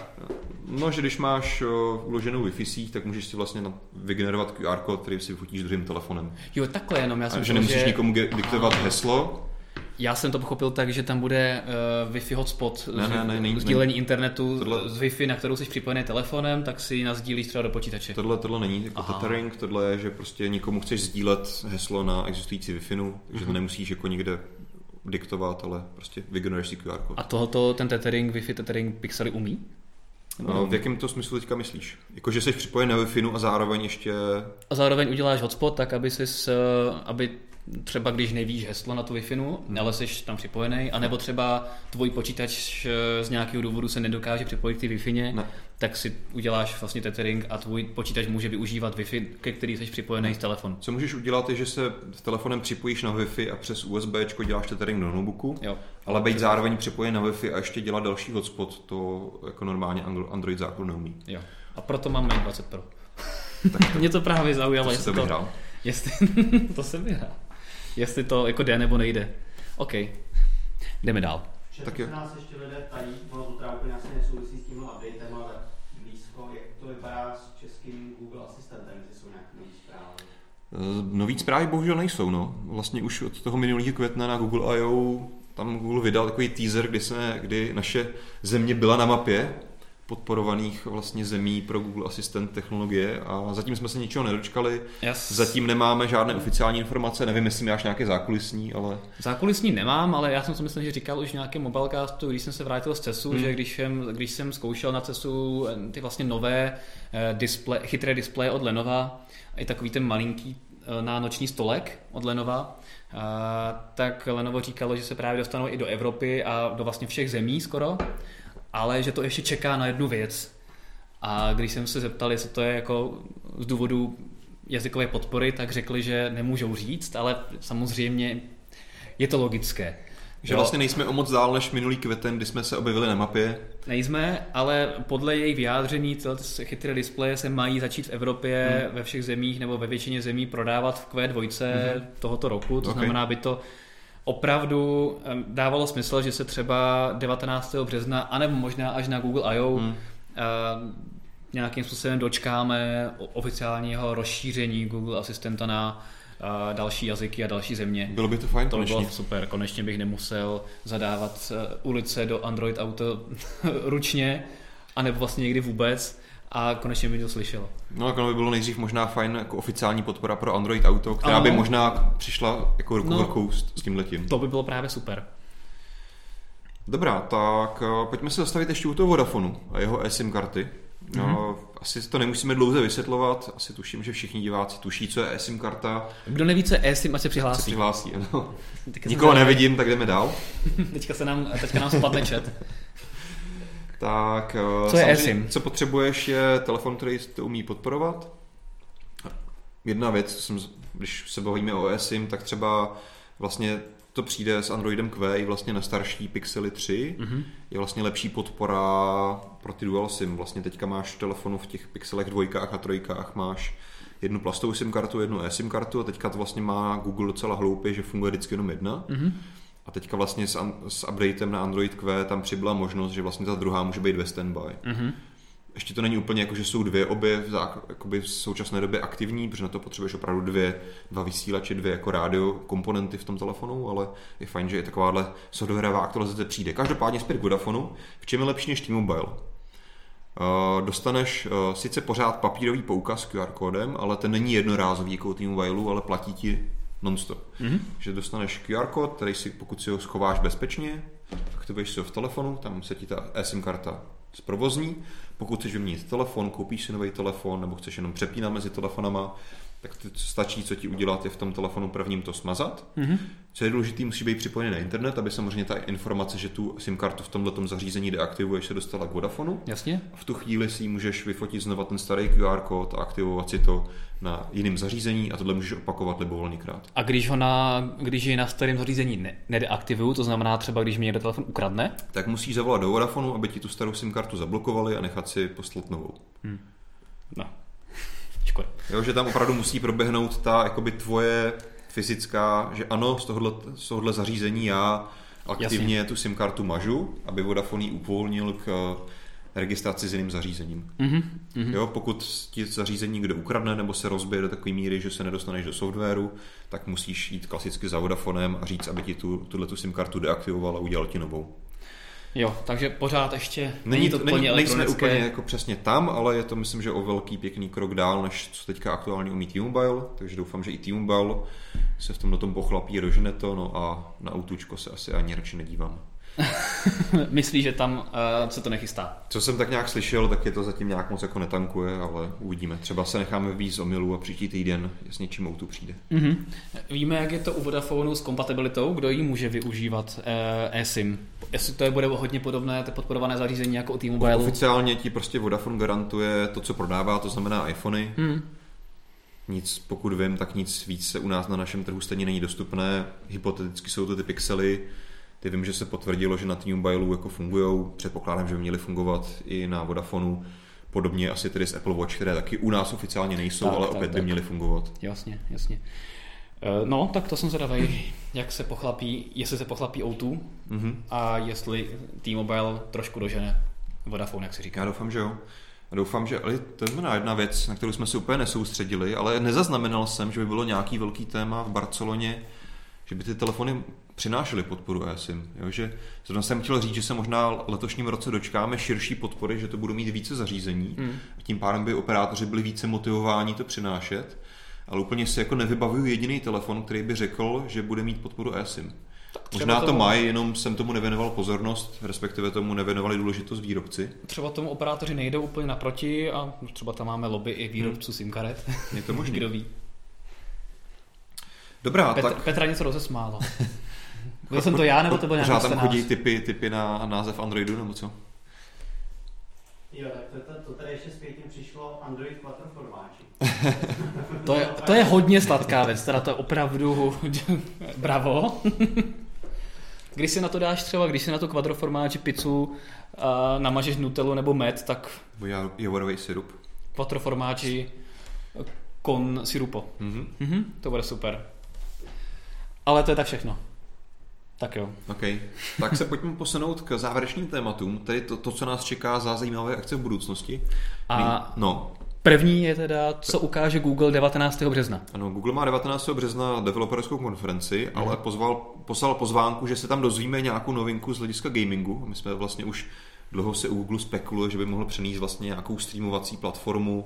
[SPEAKER 1] když máš uloženou Wi-Fi síť, tak můžeš si vlastně vygenerovat QR kód, který si vyfotíš druhým telefonem.
[SPEAKER 2] Jo, takhle jenom. Já jsem
[SPEAKER 1] že nemusíš nikomu diktovat heslo.
[SPEAKER 2] Já jsem to pochopil tak, že tam bude Wi-Fi hotspot, sdílení internetu z Wi-Fi, na kterou jsi připojený telefonem, tak si nasdílíš třeba do počítače.
[SPEAKER 1] Tohle není jako tethering, tohle je, že prostě nikomu chceš sdílet heslo na existující Wi-Fi, takže to nemusíš jako někde diktovat, ale prostě vygeneruješ si QR kód.
[SPEAKER 2] A ten tethering, Wi-Fi tethering Pixely umí?
[SPEAKER 1] V jakém to smyslu teďka myslíš? Jako, že jsi připojen na Wi-Fi a zároveň ještě...
[SPEAKER 2] A zároveň uděláš hotspot, tak aby třeba když nevíš heslo na tu Wi-Fi, ale jsi tam připojený, anebo třeba tvůj počítač z nějakého důvodu se nedokáže připojit k té Wi-Fi, tak si uděláš vlastně tethering a tvůj počítač může využívat Wi-Fi, ke který jsi připojený z telefonu.
[SPEAKER 1] Co můžeš udělat je, že se telefonem připojíš na Wi-Fi a přes USBčko děláš tethering do notebooku, ale být zároveň připojen na Wi-Fi a ještě dělat další hotspot, to jako normálně Android zákon neumí.
[SPEAKER 2] Jo. A proto mám Mate 20 Pro. Tak mě to právě zaujalo.
[SPEAKER 1] To jsi to vyhrál.
[SPEAKER 2] To jsem vyhrál. Jestli to jako jde nebo nejde. OK. Jdeme dál.
[SPEAKER 3] Tak se nás ještě lidé tají, ono to teda úplně asi nesouvisí s tímhle updatem, ale blízko, jak to vypadá s českým Google asistentem, jestli jsou nějaké nový zprávy?
[SPEAKER 1] Nový zprávy bohužel nejsou, no. Vlastně už od toho minulého května na Google I.O. tam Google vydal takový teaser, kdy naše země byla na mapě podporovaných vlastně zemí pro Google Assistant technologie a zatím jsme se ničeho nedočkali. Zatím nemáme žádné oficiální informace, nevím, jestli máš nějaké zákulisní, ale...
[SPEAKER 2] Zákulisní nemám, ale já jsem si myslím, že říkal už v nějakém mobilecastu, když jsem se vrátil z CESu, že když jsem zkoušel na CESu ty vlastně nové chytré displeje od Lenova, i takový ten malinký na noční stolek od Lenova, tak Lenovo říkalo, že se právě dostanou i do Evropy a do vlastně všech zemí skoro, ale že to ještě čeká na jednu věc. A když jsem se zeptal, jestli to je jako z důvodu jazykové podpory, tak řekli, že nemůžou říct, ale samozřejmě je to logické.
[SPEAKER 1] Že vlastně nejsme o moc dál než minulý květen, kdy jsme se objevili na mapě.
[SPEAKER 2] Nejsme, ale podle jejich vyjádření tyhle chytré displeje se mají začít v Evropě ve všech zemích nebo ve většině zemí prodávat v Q2 tohoto roku. To znamená, by to opravdu dávalo smysl, že se třeba 19. března, anebo možná až na Google I.O. Nějakým způsobem dočkáme oficiálního rozšíření Google Asistenta na další jazyky a další země.
[SPEAKER 1] Bylo by to fajn,
[SPEAKER 2] to bylo super. Konečně bych nemusel zadávat ulice do Android Auto ručně, anebo vlastně někdy vůbec. A konečně by to slyšelo.
[SPEAKER 1] No jako by bylo nejdřív možná fajn jako oficiální podpora pro Android Auto, která by možná přišla jako ruku v rukou s tímhletím.
[SPEAKER 2] To by bylo právě super.
[SPEAKER 1] Dobrá, tak pojďme se zastavit ještě u toho Vodafonu a jeho eSIM karty. Asi to nemusíme dlouze vysvětlovat, asi tuším, že všichni diváci tuší, co je eSIM karta.
[SPEAKER 2] Kdo neví, co je eSIM, ať se přihlásí.
[SPEAKER 1] Ano. Nikoho nevidím, tak jdeme dál.
[SPEAKER 2] Teďka nám spadne chat.
[SPEAKER 1] Tak,
[SPEAKER 2] co je eSIM?
[SPEAKER 1] Co potřebuješ, je telefon, který to umí podporovat. Jedna věc, když se bavíme o eSIM, tak třeba vlastně to přijde s Androidem Q i vlastně na starší Pixely 3. Je vlastně lepší podpora pro ty dual SIM. Vlastně teďka máš v telefonu v těch Pixelech 2 a 3 máš jednu plastovou SIM kartu, jednu eSIM kartu a teďka to vlastně má Google docela hloupě, že funguje vždycky jenom jedna. A teďka vlastně s updatem na Android Q tam přibyla možnost, že vlastně ta druhá může být ve standby. Ještě to není úplně jako, že jsou obě v současné době aktivní, protože na to potřebuješ opravdu dva vysílače, dvě jako rádio komponenty v tom telefonu, ale je fajn, že je takováhle softwarová aktualizace přijde. Každopádně zpět k Vodafonu, v čem je lepší než T-Mobile? Dostaneš sice pořád papírový poukaz s QR kódem, ale ten není jednorázový jako T-Mobileu, ale platí ti non-stop. Že dostaneš QR kód, který si, pokud si ho schováš bezpečně, aktivuješ si ho v telefonu, tam se ti ta eSIM karta zprovozní. Pokud chceš vyměnit telefon, koupíš si nový telefon nebo chceš jenom přepínat mezi telefonama, tak stačí, co ti udělat, je v tom telefonu prvním to smazat. Co je důležité, musí být připojený na internet, aby samozřejmě ta informace, že tu SIM kartu v tomhletom zařízení deaktivuješ, se dostala k Vodafonu.
[SPEAKER 2] Jasně.
[SPEAKER 1] A v tu chvíli si můžeš vyfotit znova ten starý QR kód a aktivovat si to na jiném zařízení a tohle můžeš opakovat libovolněkrát.
[SPEAKER 2] A když ji na starém zařízení nedeaktivuju, to znamená třeba, když mi někdo telefon ukradne?
[SPEAKER 1] Tak musíš zavolat do Vodafonu, aby ti tu starou SIM kartu zablokovali a nechat si poslat novou.
[SPEAKER 2] No, škoda.
[SPEAKER 1] Jo, že tam opravdu musí proběhnout ta jakoby tvoje fyzická, že ano, z tohohle zařízení já aktivně Jasně. tu SIM kartu mažu, aby Vodafone ji uvolnil k registraci s jiným zařízením. Jo, pokud ti zařízení někdo ukradne nebo se rozbije do takové míry, že se nedostaneš do softwaru, tak musíš jít klasicky za Vodafonem a říct, aby ti tuhletu SIM kartu deaktivoval a udělal ti novou.
[SPEAKER 2] Jo, takže pořád ještě není to úplně elektronické.
[SPEAKER 1] Nejsme úplně jako přesně tam, ale je to, myslím, že o velký pěkný krok dál, než co teďka aktuálně umí T-Mobile, takže doufám, že i T-Mobile se v tomhle tom pochlapí, dožene to, no a na autůčko se asi ani radši nedívám.
[SPEAKER 2] Myslíš, že tam se to nechystá?
[SPEAKER 1] Co jsem tak nějak slyšel, tak je to zatím nějak moc jako netankuje, ale uvidíme. Třeba se necháme víc z omylů a příští týden s něčím autu přijde.
[SPEAKER 2] Víme, jak je to u Vodafonu s kompatibilitou, kdo ji může využívat eSIM? Jestli to bude hodně podobné, to podporované zařízení jako u T-Mobile?
[SPEAKER 1] Oficiálně ti prostě Vodafone garantuje to, co prodává, to znamená iPhony. Nic, pokud vím, tak nic víc se u nás na našem trhu stejně není dostupné. Hypoteticky jsou to ty pixely. Ty vím, že se potvrdilo, že na T-Mobileu jako fungujou. Předpokládám, že by měly fungovat i na Vodafonu. Podobně asi tedy s Apple Watch, které taky u nás oficiálně nejsou, ale opět by měly fungovat.
[SPEAKER 2] Jasně. No, tak to jsem zvědavý, jak se pochlapí, jestli se pochlapí O2 a jestli T-Mobile trošku dožene Vodafone, jak se říká.
[SPEAKER 1] Já doufám, že jo. Doufám, že ale to je jedna věc, na kterou jsme se úplně nesoustředili, ale nezaznamenal jsem, že by bylo nějaký velký téma v Barceloně, že by ty telefony přinášely podporu eSIM. Jo, že zrovna jsem chtěl říct, že se možná letošním roce dočkáme širší podpory, že to budou mít více zařízení a tím pádem by operátoři byli více motivováni to přinášet, ale úplně si jako nevybavuju jediný telefon, který by řekl, že bude mít podporu eSIM. Možná to mají, jenom jsem tomu nevěnoval pozornost, respektive tomu nevěnovali důležitost výrobci.
[SPEAKER 2] Třeba tomu operátoři nejdou úplně naproti a třeba tam máme lobby i výrobců SIM karet.
[SPEAKER 1] Je to možný.
[SPEAKER 2] Kdo ví.
[SPEAKER 1] Dobrá, tak...
[SPEAKER 2] Petra něco rozesmálo. Byl jsem to já, nebo to byl nějaký
[SPEAKER 1] scénář? Pořád tam chodí typy na název Androidu, nebo co?
[SPEAKER 3] Jo, tak to tady ještě zpětně přišlo Android Quattro formáči.
[SPEAKER 2] To je hodně sladká věc, teda to je opravdu bravo. Když si na to dáš třeba, když si na to Quattro formáči pizzu namažeš nutellu nebo med, tak...
[SPEAKER 1] Javorový sirup.
[SPEAKER 2] Quattro formáči con sirupo. To bude super. Ale to je tak všechno. Tak jo.
[SPEAKER 1] Okay. Tak se pojďme posunout k závěrečným tématům, tedy to, co nás čeká za zajímavé akce v budoucnosti.
[SPEAKER 2] První je teda, co ukáže Google 19. března.
[SPEAKER 1] Ano, Google má 19. března developerskou konferenci, ale poslal pozvánku, že se tam dozvíme nějakou novinku z hlediska gamingu. My jsme vlastně už dlouho se u Google spekuluje, že by mohl přenést vlastně nějakou streamovací platformu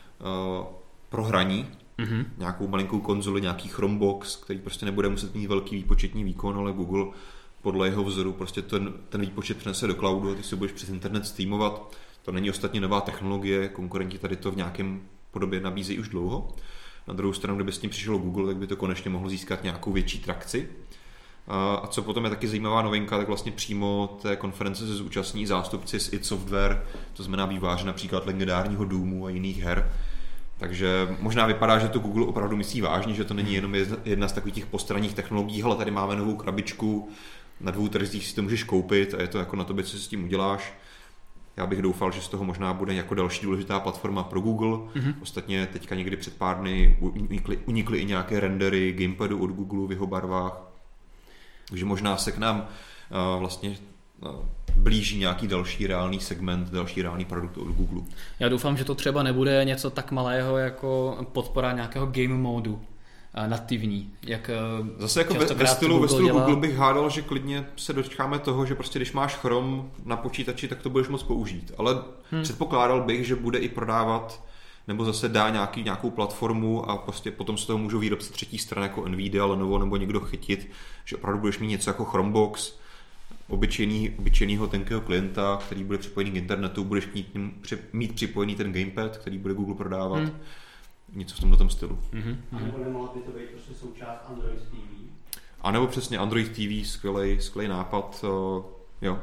[SPEAKER 1] pro hraní. Nějakou malinkou konzoli, nějaký Chromebox, který prostě nebude muset mít velký výpočetní výkon, ale Google podle jeho vzoru prostě ten výpočet přenese do cloudu a ty si budeš přes internet streamovat. To není ostatně nová technologie, konkurenti tady to v nějakém podobě nabízejí už dlouho. Na druhou stranu, kdyby s tím přišel Google, tak by to konečně mohlo získat nějakou větší trakci. A co potom je taky zajímavá novinka, tak vlastně přímo té konference se zúčastní zástupci z id Software, to znamená výváře například legendárního Doomu a jiných her. Takže možná vypadá, že to Google opravdu myslí vážně, že to není jenom jedna z takových těch postranních technologií, ale tady máme novou krabičku, na 2 trzích si to můžeš koupit a je to jako na tobě, co si s tím uděláš. Já bych doufal, že z toho možná bude jako další důležitá platforma pro Google. Ostatně teďka někdy před pár dny unikly i nějaké rendery gamepadu od Google v jeho barvách. Takže možná se k nám vlastně blíží nějaký další reálný segment, další reálný produkt od Google.
[SPEAKER 2] Já doufám, že to třeba nebude něco tak malého jako podpora nějakého game modu nativní. Jak
[SPEAKER 1] zase jako ve stylu Google bych hádal, že klidně se dočkáme toho, že prostě když máš Chrome na počítači, tak to budeš moc použít. Ale předpokládal bych, že bude i prodávat nebo zase dá nějakou platformu a prostě potom z toho můžou výrobci třetí stran jako Nvidia, Lenovo nebo někdo chytit, že opravdu budeš mít něco jako Chromebox, obyčejného tenkého klienta, který bude připojený k internetu, budeš mít připojený ten gamepad, který bude Google prodávat. něco v tomto stylu.
[SPEAKER 3] A nebo nemohla by to být prostě součást Android TV?
[SPEAKER 1] A nebo přesně Android TV, skvělej nápad, jo.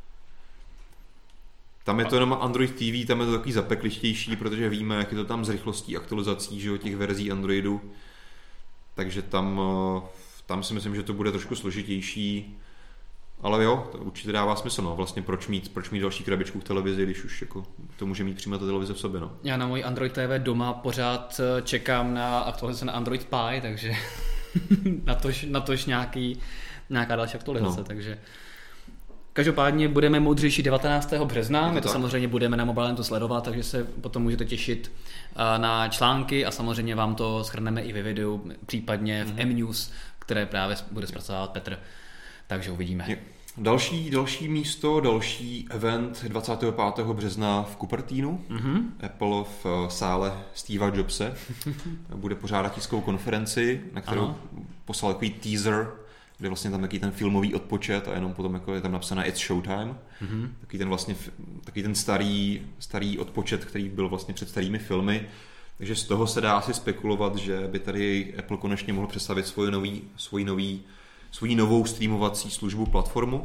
[SPEAKER 1] Tam je to jenom Android TV, tam je to takový zapeklištější, protože víme, jak je to tam s rychlostí aktualizací, že jo, těch verzí Androidu. Takže tam si myslím, že to bude trošku složitější. Ale jo, to určitě dává smysl, no. Vlastně proč mít další krabičku v televizi, když už jako to může mít přímo ta televize v sobě, no.
[SPEAKER 2] Já na můj Android TV doma pořád čekám na aktualizaci na Android Pie, takže natož nějaká další aktualizace,
[SPEAKER 1] no.
[SPEAKER 2] Takže každopádně budeme moudřejší 19. března, my to samozřejmě budeme na Mobilentu sledovat, takže se potom můžete těšit na články a samozřejmě vám to shrneme i ve videu, případně v M-News, které právě bude zpracovávat Petr. Takže uvidíme.
[SPEAKER 1] Další místo, další event 25. března v Cupertinu. Apple v sále Steva Jobse bude pořádat tiskovou konferenci, na kterou poslal takový teaser, kde vlastně tam takový ten filmový odpočet a jenom potom jako je tam napsané It's Showtime. Takový ten starý odpočet, který byl vlastně před starými filmy. Takže z toho se dá asi spekulovat, že by tady Apple konečně mohl představit svoji novou streamovací službu, platformu.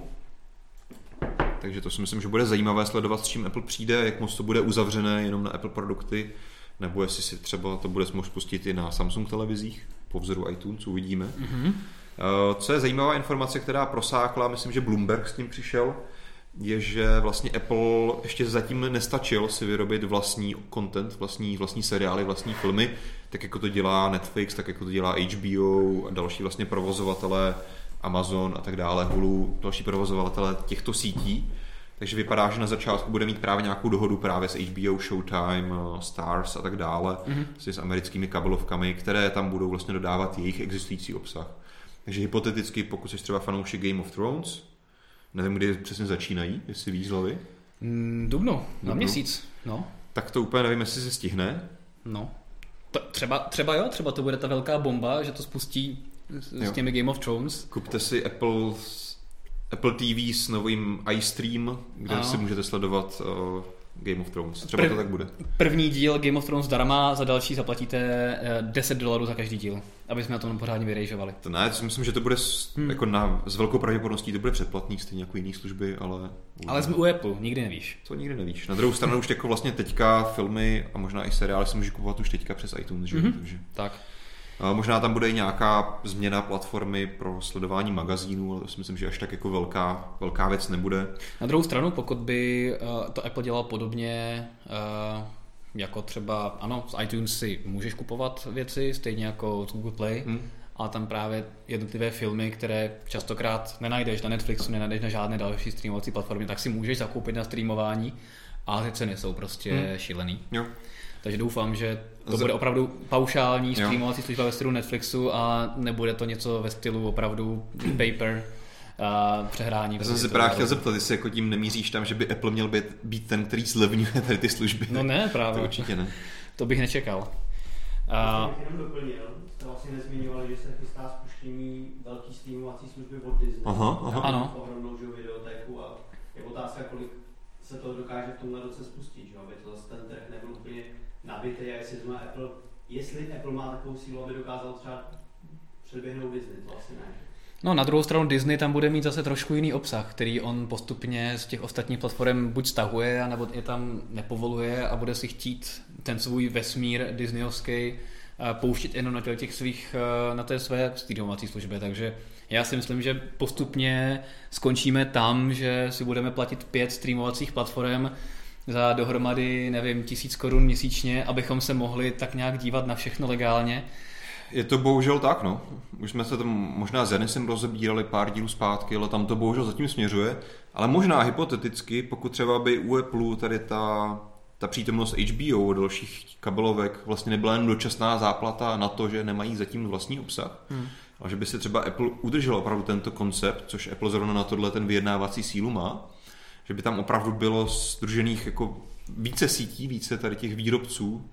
[SPEAKER 1] Takže to si myslím, že bude zajímavé sledovat, s čím Apple přijde, jak moc to bude uzavřené jenom na Apple produkty, nebo jestli si třeba to bude moct spustit i na Samsung televizích, po vzoru iTunes, uvidíme. Co je zajímavá informace, která prosákla, myslím, že Bloomberg s tím přišel, je, že vlastně Apple ještě zatím nestačil si vyrobit vlastní content, vlastní seriály, vlastní filmy, tak jako to dělá Netflix, tak jako to dělá HBO a další vlastně provozovatelé, Amazon a tak dále, Hulu, další provozovatelé těchto sítí. Takže vypadá, že na začátku bude mít právě nějakou dohodu právě s HBO, Showtime, Stars a tak dále, s americkými kabelovkami, které tam budou vlastně dodávat jejich existující obsah. Takže hypoteticky, pokud jsi třeba fanoušek Game of Thrones, nevím, kdy přesně začínají, jestli víš z hlavy.
[SPEAKER 2] Dubnu, na měsíc, no.
[SPEAKER 1] Tak to úplně nevím, jestli se stihne.
[SPEAKER 2] No, třeba to bude ta velká bomba, že to spustí s těmi Game of Thrones.
[SPEAKER 1] Kupte si Apple TV s novým iStream, kde si můžete sledovat Game of Thrones. Třeba to tak bude. První
[SPEAKER 2] díl Game of Thrones zdarma, za další zaplatíte $10 za každý díl, aby jsme na tom pořádně vyrejžovali.
[SPEAKER 1] To ne, to myslím, že to bude jako s velkou pravděpodobností to bude předplatný, stejně jako jiné služby, ale
[SPEAKER 2] jsme u Apple, nikdy nevíš.
[SPEAKER 1] To nikdy nevíš. Na druhou stranu už jako vlastně teďka filmy a možná i seriály se může kupovat už teďka přes iTunes, že? Takže
[SPEAKER 2] tak.
[SPEAKER 1] Možná tam bude i nějaká změna platformy pro sledování magazínů, ale to si myslím, že až tak jako velká věc nebude.
[SPEAKER 2] Na druhou stranu, pokud by to Apple dělal podobně, jako třeba, ano, z iTunes si můžeš kupovat věci, stejně jako z Google Play, ale tam právě jednotlivé filmy, které častokrát nenajdeš na Netflixu, nenajdeš na žádné další streamovací platformě, tak si můžeš zakoupit na streamování, ale ty ceny jsou prostě šílený. Jo. Takže doufám, že to bude opravdu paušální streamovací služba ve stylu Netflixu a nebude to něco ve stylu opravdu paper přehrání.
[SPEAKER 1] Já jsem se právě chtěl zeptat, jestli jako tím nemíříš tam, že by Apple měl být ten, který zlevňuje tady ty služby.
[SPEAKER 2] No ne, právě.
[SPEAKER 1] To určitě ne.
[SPEAKER 2] To bych nečekal.
[SPEAKER 3] Jenom doplnil, jste vlastně nezmiňovali, že se chystá spuštění velký streamovací služby od Disney.
[SPEAKER 2] Ano.
[SPEAKER 3] Ohromnou videotéku a je otázka, kolik se to dokáže v tomhle roce spustit, že? Aby ten trh nebyl úplně nabitý a jestli Apple má takovou sílu, aby dokázal třeba předběhnout Disney, to asi ne.
[SPEAKER 2] No, na druhou stranu Disney tam bude mít zase trošku jiný obsah, který on postupně z těch ostatních platform buď stahuje, anebo je tam nepovoluje a bude si chtít ten svůj vesmír disneyovský pouštět jenom na té své streamovací službě, takže já si myslím, že postupně skončíme tam, že si budeme platit 5 streamovacích platform za dohromady, nevím, 1000 korun měsíčně, abychom se mohli tak nějak dívat na všechno legálně.
[SPEAKER 1] Je to bohužel tak, no. Už jsme se tam možná s Janisem rozebírali pár dílů zpátky, ale tam to bohužel zatím směřuje. Ale možná hypoteticky, pokud třeba by u Apple tady ta přítomnost HBO a dalších kabelovek vlastně nebyla jen dočasná záplata na to, že nemají zatím vlastní obsah, ale že by si třeba Apple udržel opravdu tento koncept, což Apple zrovna na tohle ten vyjednávací sílu má, že by tam opravdu bylo sdružených jako více sítí, více tady těch výrobců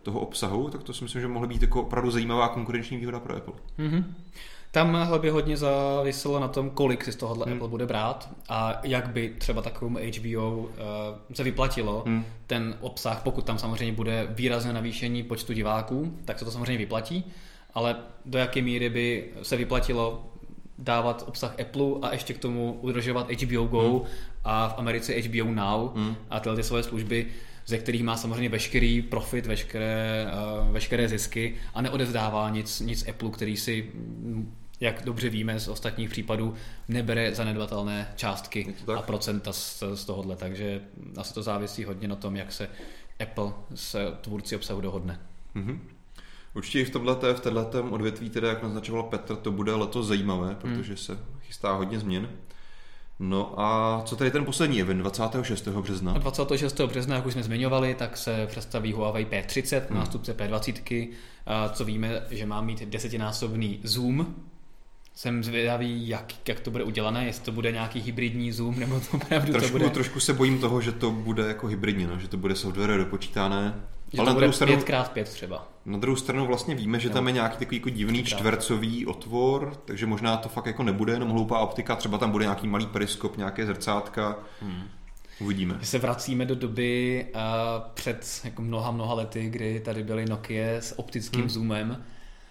[SPEAKER 1] toho obsahu, tak to si myslím, že mohla být jako opravdu zajímavá konkurenční výhoda pro Apple.
[SPEAKER 2] Mm-hmm. Tam hlavně hodně záviselo na tom, kolik si z tohohle Apple bude brát a jak by třeba takovému HBO se vyplatilo ten obsah, pokud tam samozřejmě bude výrazné navýšení počtu diváků, tak se to samozřejmě vyplatí, ale do jaké míry by se vyplatilo dávat obsah Apple a ještě k tomu udržovat HBO Go a v Americe HBO Now a tyhle ty svoje služby, ze kterých má samozřejmě veškerý profit, veškeré zisky a neodevzdává nic Apple, který si, jak dobře víme z ostatních případů, nebere zanedbatelné částky a procenta z tohohle, takže asi to závisí hodně na tom, jak se Apple s tvůrci obsahu dohodne.
[SPEAKER 1] Mm-hmm. Určitě i v této odvětví, teda jak naznačoval Petr, to bude letos zajímavé, protože se chystá hodně změn. No a co tady ten poslední event, 26. března?
[SPEAKER 2] 26. března, jak už jsme zmiňovali, tak se představí Huawei P30, nástupce P20, co víme, že má mít 10násobný zoom. Jsem zvědavý, jak to bude udělané, jestli to bude nějaký hybridní zoom, nebo to opravdu to bude...
[SPEAKER 1] Trošku se bojím toho, že to bude jako hybridně, no? Že to bude software dopočítané.
[SPEAKER 2] Že ale to bude 5x5 třeba.
[SPEAKER 1] Na druhou stranu vlastně víme, že tam je nějaký takový jako divný čtvercový otvor, takže možná to fakt jako nebude jenom hloupá optika, třeba tam bude nějaký malý periskop, nějaké zrcátka. Uvidíme.
[SPEAKER 2] Se vracíme do doby před jako mnoha lety, kdy tady byly Nokia s optickým zoomem.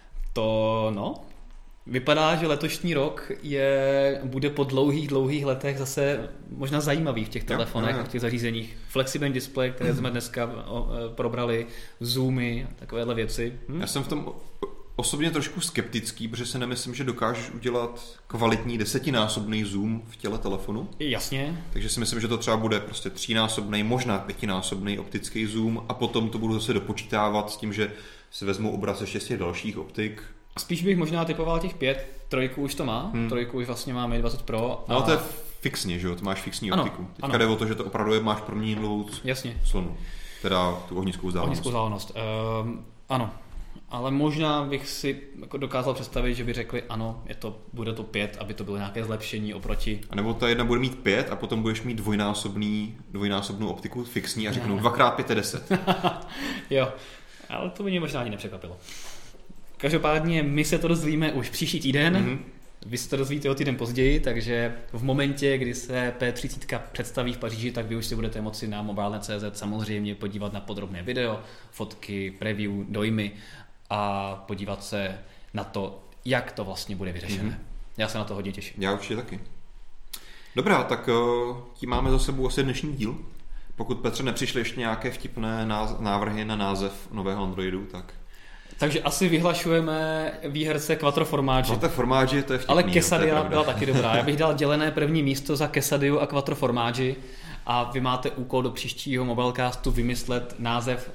[SPEAKER 2] Vypadá, že letošní rok bude po dlouhých letech zase možná zajímavý v těch telefonech a v těch zařízeních. Flexibilní displej, které jsme dneska probrali, zoomy, takovéhle věci.
[SPEAKER 1] Já jsem v tom osobně trošku skeptický, protože si nemyslím, že dokážeš udělat kvalitní 10násobný zoom v těle telefonu.
[SPEAKER 2] Jasně.
[SPEAKER 1] Takže si myslím, že to třeba bude prostě 3násobný, možná 5násobný optický zoom a potom to budu zase dopočítávat s tím, že si vezmu obraz ještě z těch dalších optik.
[SPEAKER 2] Spíš bych možná typoval těch 5, 3 už to má, 3 už vlastně má Mi 20 Pro.
[SPEAKER 1] No to je fixně, že jo, to máš fixní optiku. Teďka jde o to, že to opravdu máš proměnlivou slonu, teda tu ohniskovou vzdálenost.
[SPEAKER 2] Ano, ale možná bych si jako dokázal představit, že by řekli ano, bude to 5, aby to bylo nějaké zlepšení oproti.
[SPEAKER 1] A nebo ta jedna bude mít 5 a potom budeš mít dvojnásobnou optiku fixní a řeknou 2x5 je 10.
[SPEAKER 2] Jo, ale to by mě možná ani nepřekvapilo. Každopádně my se to dozvíme už příští týden, vy se to dozvíte o týden později, takže v momentě, kdy se P30 představí v Paříži, tak vy už si budete moci na mobile.cz samozřejmě podívat na podrobné video, fotky, preview, dojmy a podívat se na to, jak to vlastně bude vyřešené. Já se na to hodně těším.
[SPEAKER 1] Já určitě taky. Dobrá, tak tím máme za sebou asi dnešní díl. Pokud, Petře, nepřišly ještě nějaké vtipné návrhy na název nového Androidu, tak...
[SPEAKER 2] Takže asi vyhlašujeme výherce Quattro Formaggi.
[SPEAKER 1] Quattro Formaggi, to je vtipný.
[SPEAKER 2] Ale Quesadilla byla taky dobrá. Já bych dal dělené první místo za Quesadillu a Quattro Formaggi a vy máte úkol do příštího Mobilecastu vymyslet název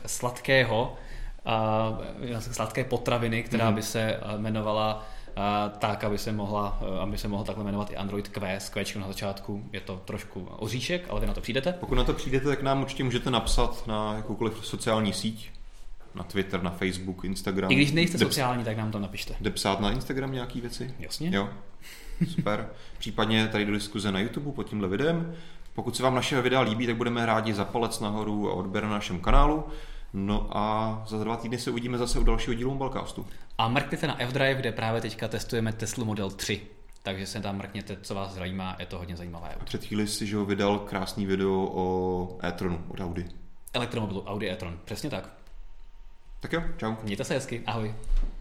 [SPEAKER 2] sladké potraviny, která by se jmenovala tak, aby se mohl takhle jmenovat i Android Q s Qčkem na začátku. Je to trošku oříšek, ale vy na to přijdete.
[SPEAKER 1] Pokud na to přijdete, tak nám určitě můžete napsat na jakoukoliv sociální síť. Na Twitter, na Facebook, Instagram.
[SPEAKER 2] I když nejste sociální, tak nám tam napište.
[SPEAKER 1] Jde psát na Instagram nějaký věci?
[SPEAKER 2] Jasně.
[SPEAKER 1] Jo, super. Případně tady do diskuze na YouTube pod tímhle videem. Pokud se vám naše videa líbí, tak budeme rádi za palec nahoru a odběr na našem kanálu. No a za 2 týdny se uvidíme zase u dalšího dílu Mobilecastu.
[SPEAKER 2] A mrkněte na F-Drive, kde právě teďka testujeme Tesla Model 3. Takže se tam mrkněte, co vás zajímá, je to hodně zajímavé.
[SPEAKER 1] A před chvíli si že vydal krásný video o e-tronu od Audi.
[SPEAKER 2] Elektromobilu Audi e-tron, přesně tak.
[SPEAKER 1] Tak jo, čau.
[SPEAKER 2] Mějte se hezky, ahoj.